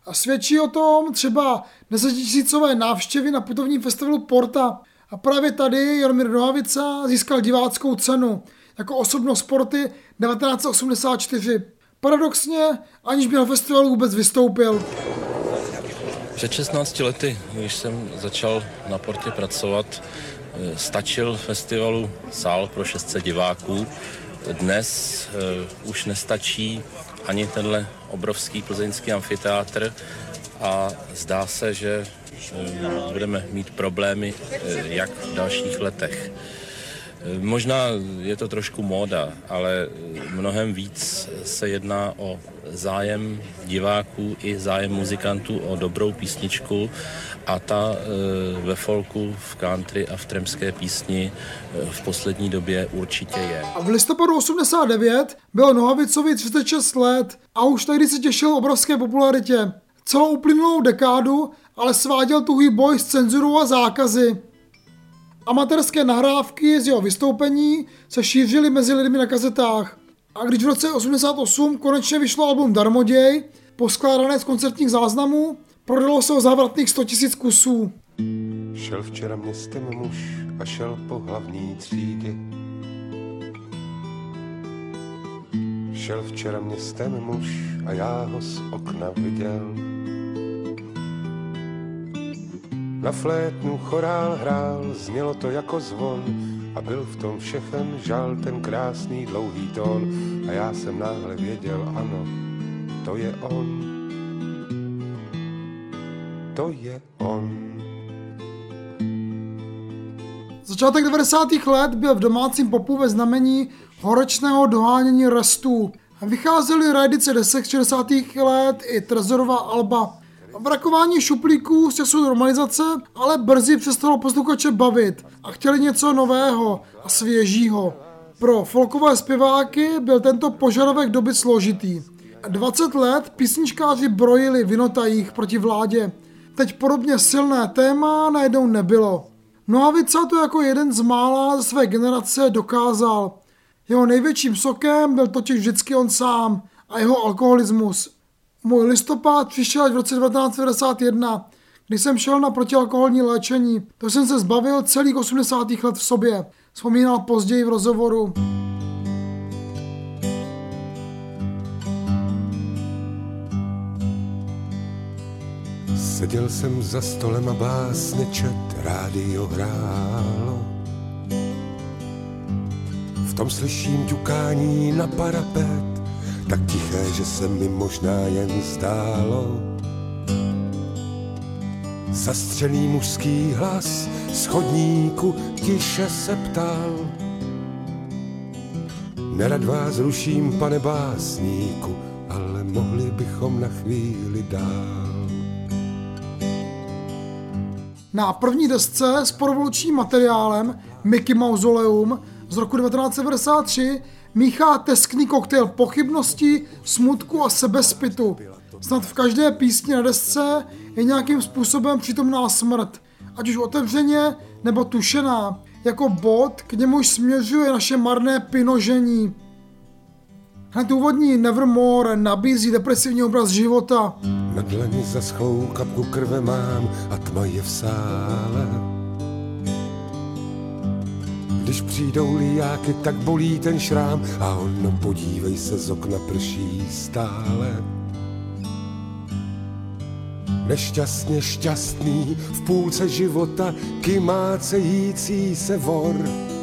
A svědčí o tom třeba 10 000 návštěvy na putovním festivalu Porta. A právě tady Jaromír Nohavica získal diváckou cenu jako osobnost Porty 1984. Paradoxně, aniž by na festivalu vůbec vystoupil. Před 16 lety, když jsem začal na Portě pracovat, stačil festivalu sál pro 600 diváků. Dnes už nestačí ani tenhle obrovský plzeňský amfiteátr a zdá se, že budeme mít problémy jak v dalších letech. Možná je to trošku móda, ale mnohem víc se jedná o zájem diváků i zájem muzikantů o dobrou písničku a ta ve folku, v country a v tramské písni v poslední době určitě je. A v listopadu 89 bylo Nohavicovi 36 let a už tehdy se těšil obrovské popularitě. Celou uplynulou dekádu ale sváděl tuhý boj s cenzurou a zákazy. Amatérské nahrávky z jeho vystoupení se šířily mezi lidmi na kazetách. A když v roce 88 konečně vyšlo album Darmoděj, poskládané z koncertních záznamů, prodalo se o závratných 100 000 kusů. Šel včera městem muž a šel po hlavní třídě. Šel včera městem muž a já ho z okna viděl. Na flétnu chorál hrál, znělo to jako zvon a byl v tom všechen žal ten krásný dlouhý tón. A já jsem náhle věděl, ano, to je on. To je on. Začátek 90. let byl v domácím popu ve znamení horečného dohánění restů. Vycházely reedice desek z 60. let i Trezorova alba. Vrakování šuplíků z času normalizace ale brzy přestalo posluchače bavit a chtěli něco nového a svěžího. Pro folkové zpěváky byl tento požadavek doby složitý. 20 let písničkáři brojili v vinotajích proti vládě. Teď podobně silné téma najednou nebylo. Nohavica to jako jeden z mála ze své generace dokázal. Jeho největším sokem byl totiž vždycky on sám a jeho alkoholismus. Můj listopad přišel až v roce 1991, když jsem šel na protialkoholní léčení. To jsem se zbavil celých 80. let v sobě. Vzpomínal později v rozhovoru. Seděl jsem za stolem a básně čet, rádio hrálo. V tom slyším ťukání na parapet, tak tiché, že se mi možná jen zdálo. Zastřený mužský hlas z chodníku tiše se ptal. Nerad vás ruším, pane básníku, ale mohli bychom na chvíli dál. Na první desce s porevolučním materiálem Mickey Mausoleum z roku 1993 míchá teskný koktejl pochybností, smutku a sebezpytu. Snad v každé písni na desce je nějakým způsobem přítomná smrt, ať už otevřeně nebo tušená, jako bod, k němuž směřuje naše marné pinožení. Hned úvodní Nevermore nabízí depresivní obraz života. Na dlani zaschlou kapku krve mám a tma je v sále. Když přijdou lijáky, tak bolí ten šrám a ono, podívej se, z okna prší stále. Nešťastně šťastný v půlce života kymácející se vor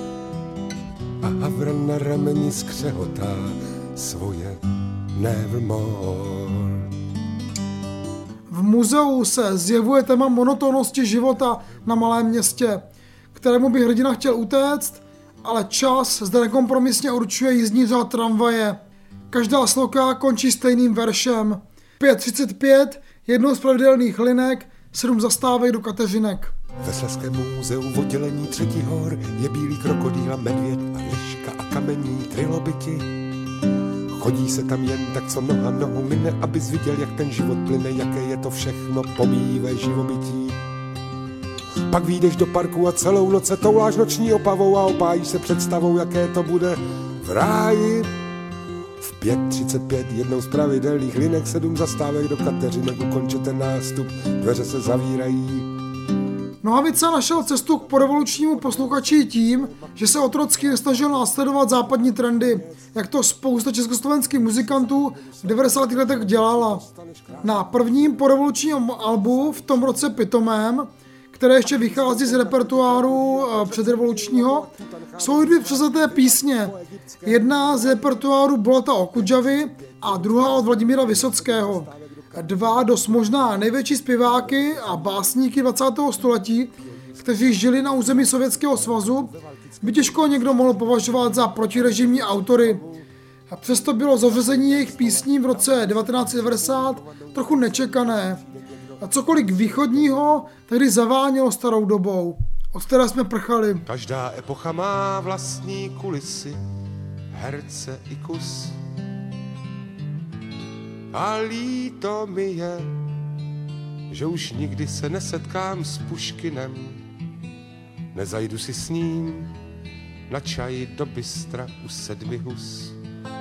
a havra na rameni skřehotá svoje Nevermore. V muzeu se zjevuje téma monotónnosti života na malém městě, kterému by hrdina chtěl utéct, ale čas zde nekompromisně určuje jízdní řád tramvaje. Každá sloka končí stejným veršem. 5:35, jednou z pravidelných linek, 7 zastávek do Kateřinek. Ve Slezském muzeu v oddělení 3 hor je bílý krokodýl a medvěd a liška a kamení trilobiti. Chodí se tam jen tak, co noha nohu mine, abys viděl, jak ten život plyne, jaké je to všechno pomíjivé živobytí. Pak vyjdeš do parku a celou noc se touláš noční opavou a opájíš se představou, jaké to bude v ráji. V 5:35, jednou z pravidelných linek, 7 zastávek do Kateřinek, ukončete nástup, dveře se zavírají. Nohavica našel cestu k porevolučnímu posluchači tím, že se otrocky nesnažil následovat západní trendy, jak to spousta československých muzikantů v 90. letech dělala. Na prvním porevolučním albu v tom roce Pitomém, které ještě vychází z repertoáru předrevolučního, jsou 2 převzaté písně. Jedna z repertoáru Bulata Okudžavy a druhá od Vladimíra Vysockého. 2 dost možná největší zpěváky a básníky 20. století, kteří žili na území Sovětského svazu, by těžko někdo mohl považovat za protirežimní autory. A přesto bylo zařazení jejich písní v roce 1990 trochu nečekané. A cokoliv východního tehdy zavánělo starou dobou. Od které jsme prchali. Každá epocha má vlastní kulisy, herce i kus. A líto mi je, že už nikdy se nesetkám s Puškinem. Nezajdu si s ním na čaj do bystra u 7 hus.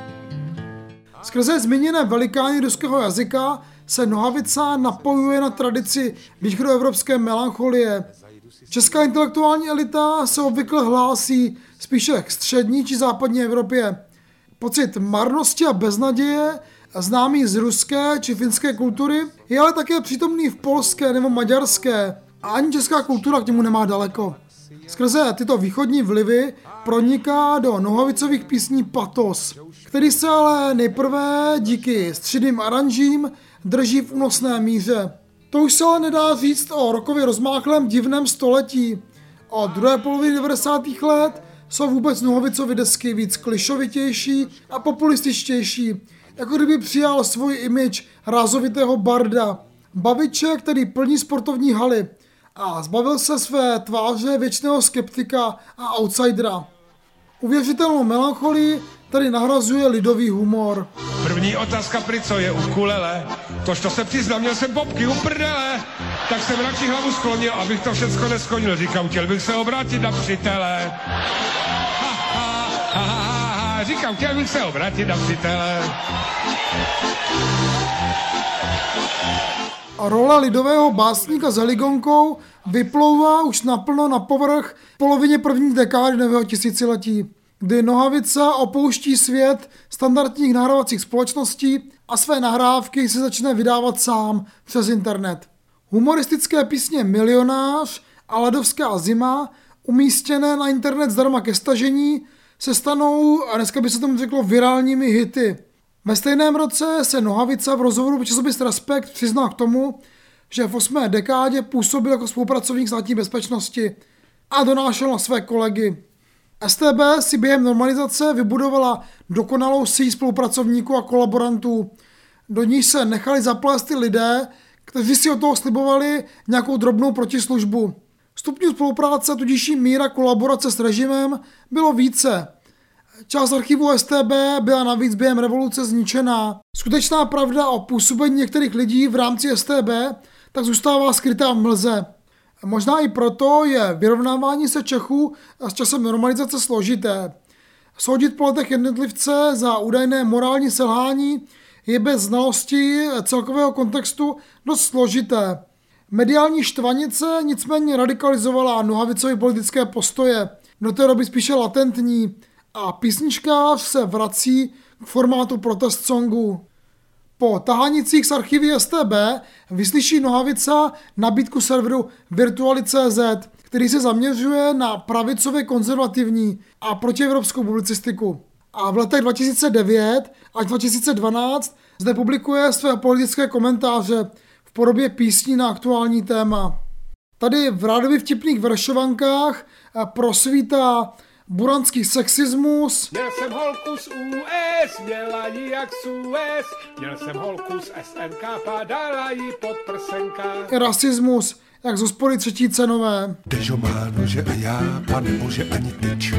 Skrze zmíněné velikány ruského jazyka se Nohavica napojuje na tradici východoevropské melancholie. Česká intelektuální elita se obvykle hlásí spíše k střední či západní Evropě. Pocit marnosti a beznaděje, známý z ruské či finské kultury, je ale také přítomný v polské nebo maďarské a ani česká kultura k němu nemá daleko. Skrze tyto východní vlivy proniká do Nohavicových písní patos, který se ale nejprve díky střídným aranžím drží v únosné míře. To už se ale nedá říct o rockově rozmáchlém divném století. Od druhé poloviny 90. let jsou vůbec Nohavicovy desky víc klišovitější a populističtější, jako kdyby přijal svůj image rázovitého barda, baviče, který plní sportovní haly, a zbavil se své tváře věčného skeptika a outsidera. Uvěřitelnou melancholii tady nahrazuje lidový humor. První otázka, co je ukulele? Tož to se přiznám, měl jsem bobky u prdele. Tak jsem radši hlavu sklonil, abych to všecko nesklonil. Říkám, chtěl bych se obrátit na přítele. Říkám, chtěl bych se obrátit na přítele. A role lidového básníka s heligonkou vyplouvá už naplno na povrch v polovině první dekády nového tisíciletí, kdy Nohavica opouští svět standardních nahrávacích společností a své nahrávky si začne vydávat sám přes internet. Humoristické písně Milionář a Ledovská zima, umístěné na internet zdarma ke stažení, se stanou, a dneska by se tomu řeklo, virálními hity. Ve stejném roce se Nohavica v rozhovoru pro časopis Respekt přiznal k tomu, že v 8. dekádě působil jako spolupracovník státní bezpečnosti a donášel na své kolegy. StB si během normalizace vybudovala dokonalou síť spolupracovníků a kolaborantů. Do níž se nechali zaplést lidé, kteří si od toho slibovali nějakou drobnou protislužbu. Stupňů spolupráce, tudíž míra kolaborace s režimem, bylo více. Část archivu StB byla navíc během revoluce zničená. Skutečná pravda o působení některých lidí v rámci StB tak zůstává skrytá v mlze. Možná i proto je vyrovnávání se Čechů s časem normalizace složité. Soudit po letech jednotlivce za údajné morální selhání je bez znalosti celkového kontextu dost složité. Mediální štvanice nicméně radikalizovala Nohavicovy politické postoje, do té doby spíše latentní, a písničkář se vrací k formátu protest songu. Po tahanicích z archivy StB vyslyší Nohavica nabídku serveru Virtuali.cz, který se zaměřuje na pravicově konzervativní a protievropskou publicistiku. A v letech 2009 až 2012 zde publikuje své politické komentáře v podobě písní na aktuální téma. Tady v rádově vtipných veršovankách prosvítá buranský sexismus. Měl jsem holku z US, měla ji jak Suez. Měl jsem holku z SNK, padala jí pod prsenka. Rasismus, jak z hospody třetí cenové. Dežo má nože a já, pane bože, ani tyč.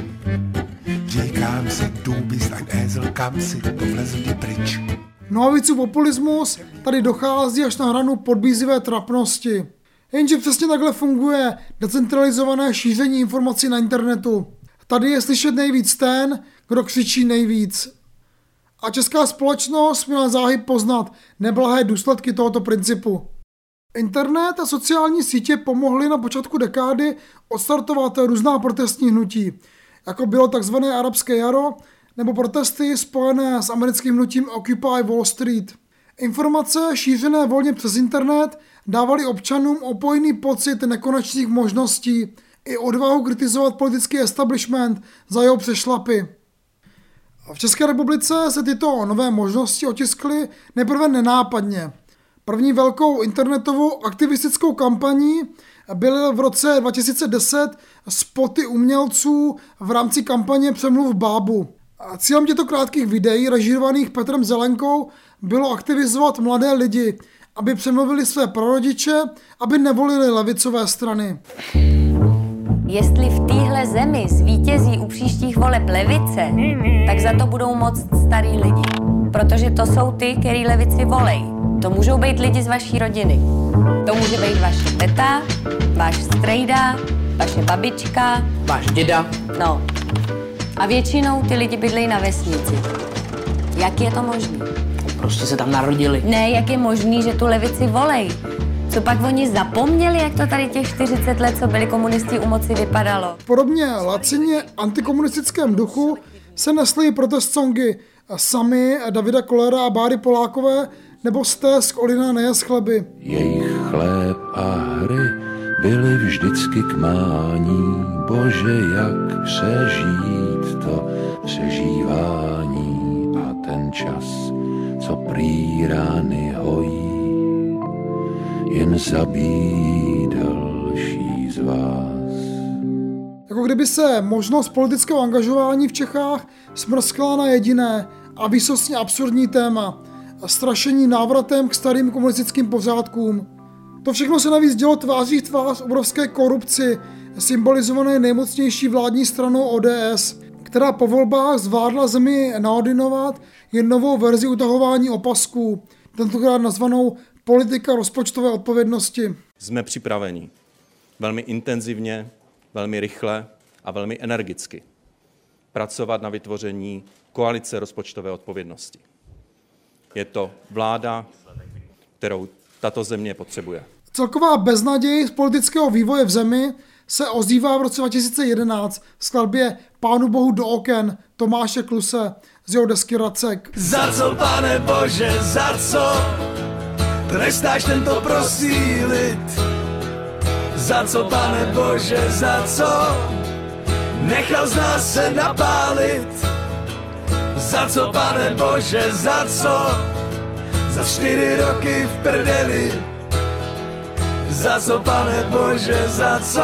Říkám si, du bist ein Esel, kam si to vlezl di pryč. Nohavicův populismus tady dochází až na hranu podbízivé trapnosti. Jenže přesně takhle funguje decentralizované šíření informací na internetu. Tady je slyšet nejvíc ten, kdo křičí nejvíc. A česká společnost měla záhy poznat neblahé důsledky tohoto principu. Internet a sociální sítě pomohly na počátku dekády odstartovat různá protestní hnutí, jako bylo tzv. Arabské jaro nebo protesty spojené s americkým hnutím Occupy Wall Street. Informace šířené volně přes internet dávaly občanům opojný pocit nekonečných možností i odvahu kritizovat politický establishment za jeho přešlapy. V České republice se tyto nové možnosti otiskly nejprve nenápadně. První velkou internetovou aktivistickou kampaní byly v roce 2010 spoty umělců v rámci kampaně Přemluv bábu. A cílem těchto krátkých videí, režírovaných Petrem Zelenkou, bylo aktivizovat mladé lidi, aby přemluvili své prarodiče, aby nevolili levicové strany. Jestli v téhle zemi zvítězí u příštích voleb levice, tak za to budou moc starý lidi. Protože to jsou ty, který levici volej. To můžou být lidi z vaší rodiny. To může být vaše teta, váš strejda, vaše babička, váš děda. No. A většinou ty lidi bydlejí na vesnici. Jak je to možný? Prostě se tam narodili. Ne, jak je možný, že tu levici volej? Co pak oni zapomněli, jak to tady těch 40 let, co byli komunisti u moci, vypadalo? Podobně lacině antikomunistickém duchu se nesly protest songy Sami, Davida Kollera a Báry Polákové nebo Stesk Olina Nejes chleby. Jejich chléb a hry byly vždycky k mání, bože, jak přežít to přežívání a ten čas, co prý rány hojí, jen zabíjí další z vás. Jako kdyby se možnost politického angažování v Čechách smrskla na jediné a výsostně absurdní téma – strašení návratem k starým komunistickým pořádkům. To všechno se navíc dělo tváří v tvář obrovské korupci, symbolizované nejmocnější vládní stranou ODS, která po volbách zvládla zemi naordinovat jen novou verzi utahování opasků, tentokrát nazvanou politika rozpočtové odpovědnosti. Jsme připraveni velmi intenzivně, velmi rychle a velmi energicky pracovat na vytvoření koalice rozpočtové odpovědnosti. Je to vláda, kterou tato země potřebuje. Celková beznaděj z politického vývoje v zemi se ozývá v roce 2011 v skladbě Pánu bohu do oken Tomáše Kluse z jeho desky Racek. Za co, pane Bože, za co trestáš tento prostý lid? Za co, pane Bože, za co nechal z nás se napálit? Za co, pane Bože, za co za 4 roky v prdeli? Za co, pane Bože, za co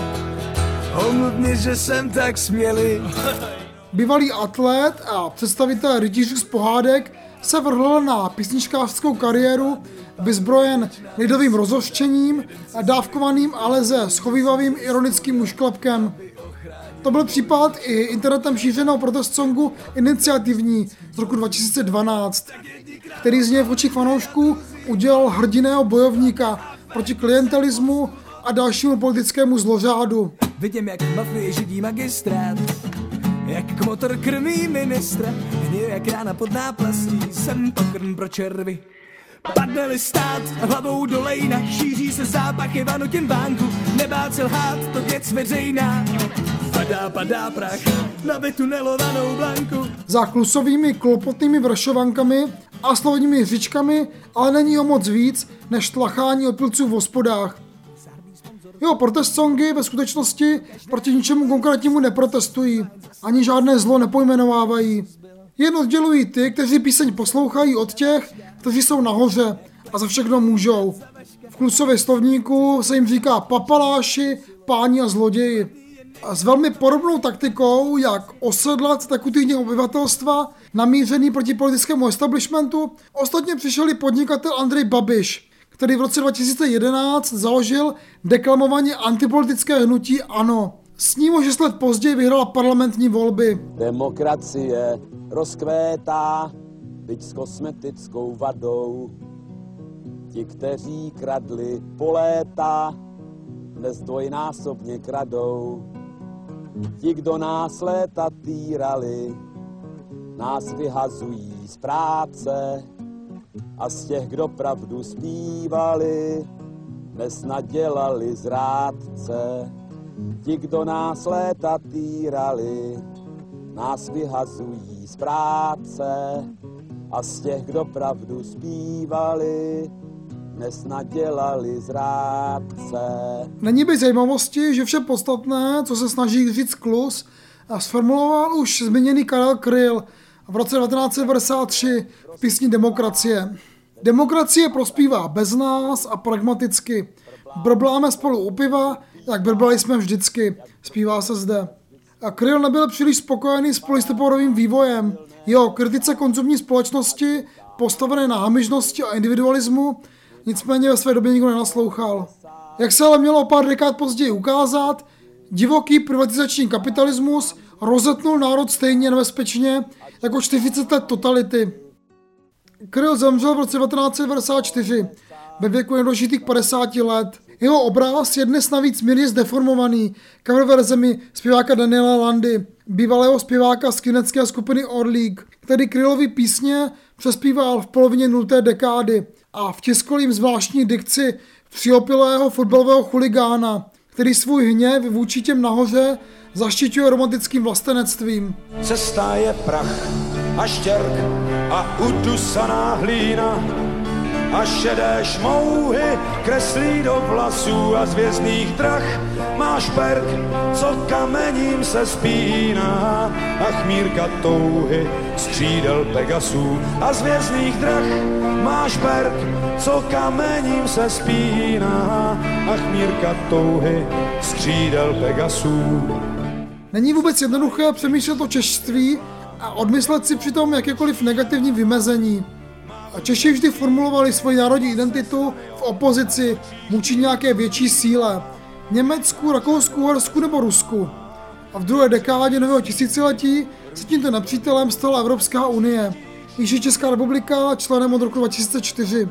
omluv mě, že jsem tak smělý. Bývalý atlet a představitel rytířů z pohádek se vrhl na písničkářskou kariéru vyzbrojen lidovým rozhořčením a dávkovaným ale se schovívavým ironickým ušklapkem. To byl případ i internetem šířeného protest songu Iniciativní z roku 2012, který z něj v očích fanoušků udělal hrdinného bojovníka proti klientelismu a dalšímu politickému zlořádu. Vidím, jak v mafii židí magistrát, jak motor krmí ministra, hněje jak rána pod náplastí, jsem pokrm pro červy. Padne-li stát hlavou do lejna, šíří se zápachy vanutin bánku, nebát se lhát, to věc veřejná. Padá prach na vytunelovanou blanku. Za klusovými klopotnými vršovankami a slovními hřičkami ale není o moc víc než tlachání opilců v hospodách. Jeho protest songy ve skutečnosti proti ničemu konkrétnímu neprotestují, ani žádné zlo nepojmenovávají. Jen oddělují ty, kteří píseň poslouchají od těch, kteří jsou nahoře a za všechno můžou. V Klusově slovníku se jim říká papaláši, páni a zloději. A s velmi podobnou taktikou, jak osedlat takutýně obyvatelstva namířený proti politickému establishmentu, ostatně přišel i podnikatel Andrej Babiš, který v roce 2011 založil deklamovaně antipolitické hnutí ANO. S ním o 6 let později vyhrál parlamentní volby. Demokracie rozkvétá, byť s kosmetickou vadou. Ti, kteří kradli po léta, dnes dvojnásobně kradou. Ti, kdo nás léta týrali, nás vyhazují z práce a z těch, kdo pravdu zpívali, dnes nadělali zrádce. Ti, kdo nás léta týrali, nás vyhazují z práce a z těch, kdo pravdu zpívali, dnes nadělali zrádce. Není bez zajímavosti, že vše podstatné, co se snaží říct Klus, a sformuloval už zmíněný Karel Kryl v roce 1993 v písni Demokracie. Demokracie prospívá bez nás a pragmaticky. Brbláme spolu u piva, jak brblali jsme vždycky, zpívá se zde. A Kryl nebyl příliš spokojený s polistopadovým vývojem. Jeho kritice konzumní společnosti, postavené na hamižnosti a individualismu, nicméně ve své době nikdo nenaslouchal. Jak se ale mělo pár dekád později ukázat, divoký privatizační kapitalismus rozetnul národ stejně nebezpečně jako 40 let totality. Kryl zemřel v roce 1994 ve věku nedožitých 50 let. Jeho obraz je dnes navíc mírně zdeformovaný cover verzemi zpěváka Daniela Landy, bývalého zpěváka z kynecké skupiny Orlík, který Krylovy písně přespíval v polovině 0. dekády a vtiskl jim zvláštní dikci přiopilého fotbalového chuligána, který svůj hněv vůči těm nahoře zaštiťuje romantickým vlastenectvím. Cesta je prach a štěrk a udusaná hlína a šedé šmouhy kreslí do vlasů a z hvězdných drah máš perk, co kamením se spíná a chmírka touhy střídel Pegasů a z hvězdných drah máš perk, co kamením se spíná a chmírka touhy střídel Pegasů. Není vůbec jednoduché přemýšlet o češství a odmyslet si přitom jakékoliv negativní vymezení. A Češi vždy formulovali svoji národní identitu v opozici vůči nějaké větší síle. Německu, Rakousku, Uhersku nebo Rusku. A v druhé dekádě nového tisíciletí se tímto nepřítelem stala Evropská unie. Již je Česká republika členem od roku 2004.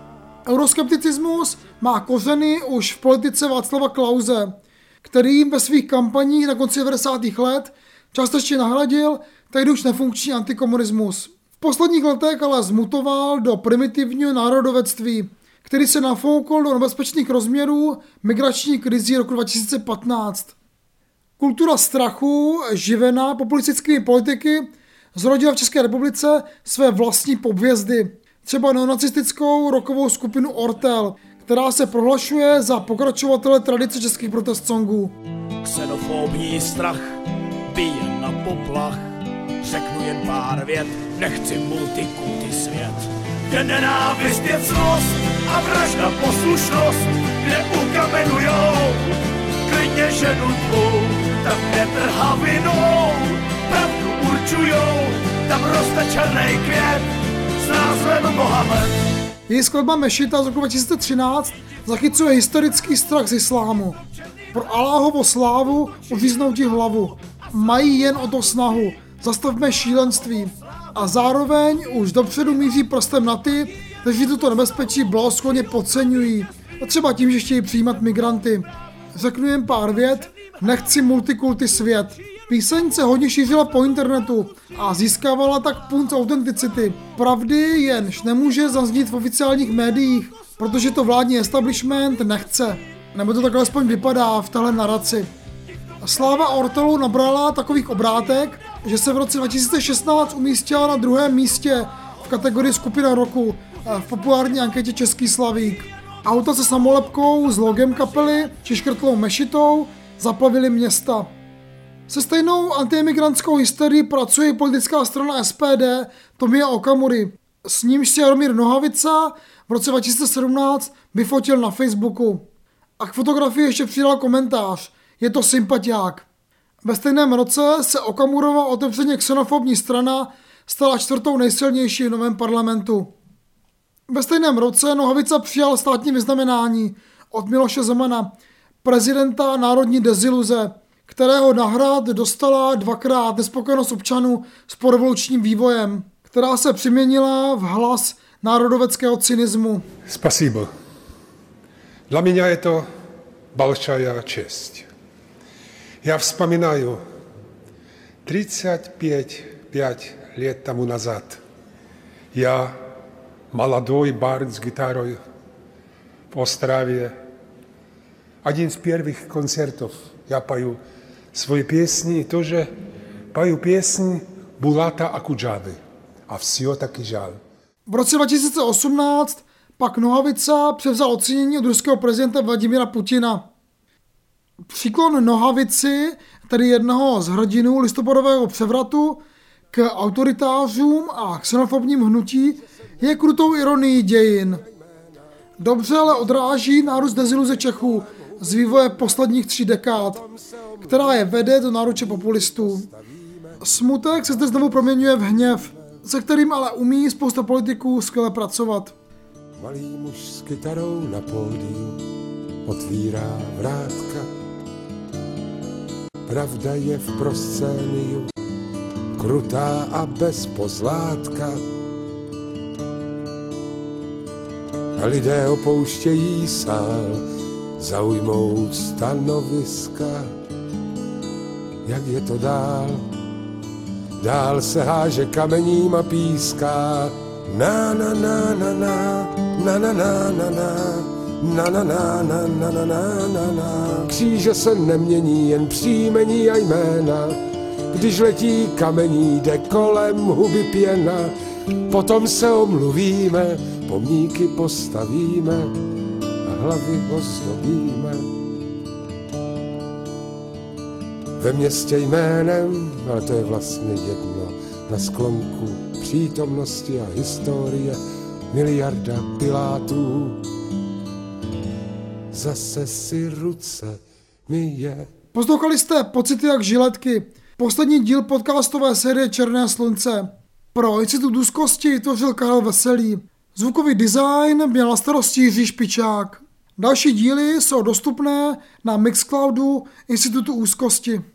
Euroskepticismus má kořeny už v politice Václava Klause, který ve svých kampaních na konci 90. let částečně nahradil tehdy už nefunkční antikomunismus. V posledních letech ale zmutoval do primitivního národovectví, který se nafoukl do nebezpečných rozměrů migrační krizí roku 2015. Kultura strachu, živená populistickými politiky, zrodila v České republice své vlastní povězdy. Třeba neonacistickou rockovou skupinu Ortel, která se prohlašuje za pokračovatele tradice českých protest songů. Xenofobní strach bije na poplach, řeknu jen pár vět, nechci multikulty svět. Kde nenávist je cnost a vražda poslušnost, kde ukamenujou, klidně ženu tvou, tam netrhavinou, pravdu určujou, tam roste černý květ s názvem Mohamed. Její skladba Mešita z roku 2013 zachycuje historický strach z islámu. Pro Aláhovo slávu uříznou ti hlavu. Mají jen o to snahu, zastavme šílenství. A zároveň už dopředu míří prstem na ty, kteří toto nebezpečí blahosklonně podceňují. A třeba tím, že chtějí přijímat migranty. Řeknu jen pár vět, nechci multikulty svět. Píseň se hodně šířila po internetu a získávala tak punc autenticity. Pravdy jenž nemůže zaznít v oficiálních médiích, protože to vládní establishment nechce. Nebo to tak alespoň vypadá v téhle naraci. Sláva Ortelu nabrala takových obrátek, že se v roce 2016 umístila na 2. místě v kategorii skupina roku v populární anketě Český slavík. Auta se samolepkou s logem kapely či škrtlou mešitou zaplavily města. Se stejnou antiemigrantskou hysterií pracuje politická strana SPD Tomia Okamury. S nímž si Jaromír Nohavica v roce 2017 vyfotil na Facebooku. A k fotografii ještě přidal komentář. Je to sympatiák. Ve stejném roce se Okamurova otevřeně xenofobní strana stala 4. nejsilnější v novém parlamentu. Ve stejném roce Nohavica přijal státní vyznamenání od Miloše Zemana, prezidenta národní deziluze, kterého na hrad dostala 2krát nespokojenost občanů s porevolučním vývojem, která se přiměnila v hlas národoveckého cynismu. Спасибо. Для меня это большая честь. Я вспоминаю 35 лет тому назад. Já молодой бард с гитарой в Острове. Один из первых концертов я пою свои песни, и тоже пою песни Булата Акуджавy. A всё taky žál. V roce 2018 pak Nohavica převzal ocenění od ruského prezidenta Vladimira Putina. Příklon Nohavici, tedy jednoho z hrdinů listopadového převratu, k autoritářům a xenofobním hnutí je krutou ironií dějin. Dobře ale odráží nárůst deziluze Čechů z vývoje posledních 3 dekád, která je vede do náruče populistů. Smutek se zde znovu proměňuje v hněv, se kterým ale umí spousta politiků skvěle pracovat. Malý muž s kytarou na pódiu otvírá vrátka. Pravda je v proscéniu, krutá a bez pozlátka. A lidé opouštějí sál, zaujmou stanoviska. Jak je to dál? Dál se háže kamením a píská. Na na na na na na na na na na na na na na na na na na. Kříže se nemění, jen příjmení a jména. Když letí kamení, jde kolem huby pěna. Potom se omluvíme, pomníky postavíme a hlavy ozdobíme. Ve městě jménem, ale to je vlastně jedno, na sklonku přítomnosti a historie miliarda Pilátů. Zase si ruce myje. Poslouchali jste Pocity jak žiletky, poslední díl podcastové série Černé slunce. Pro Institut úzkosti vytvořil Karel Veselý. Zvukový design měl na starosti Jiří Špičák. Další díly jsou dostupné na Mixcloudu Institutu úzkosti.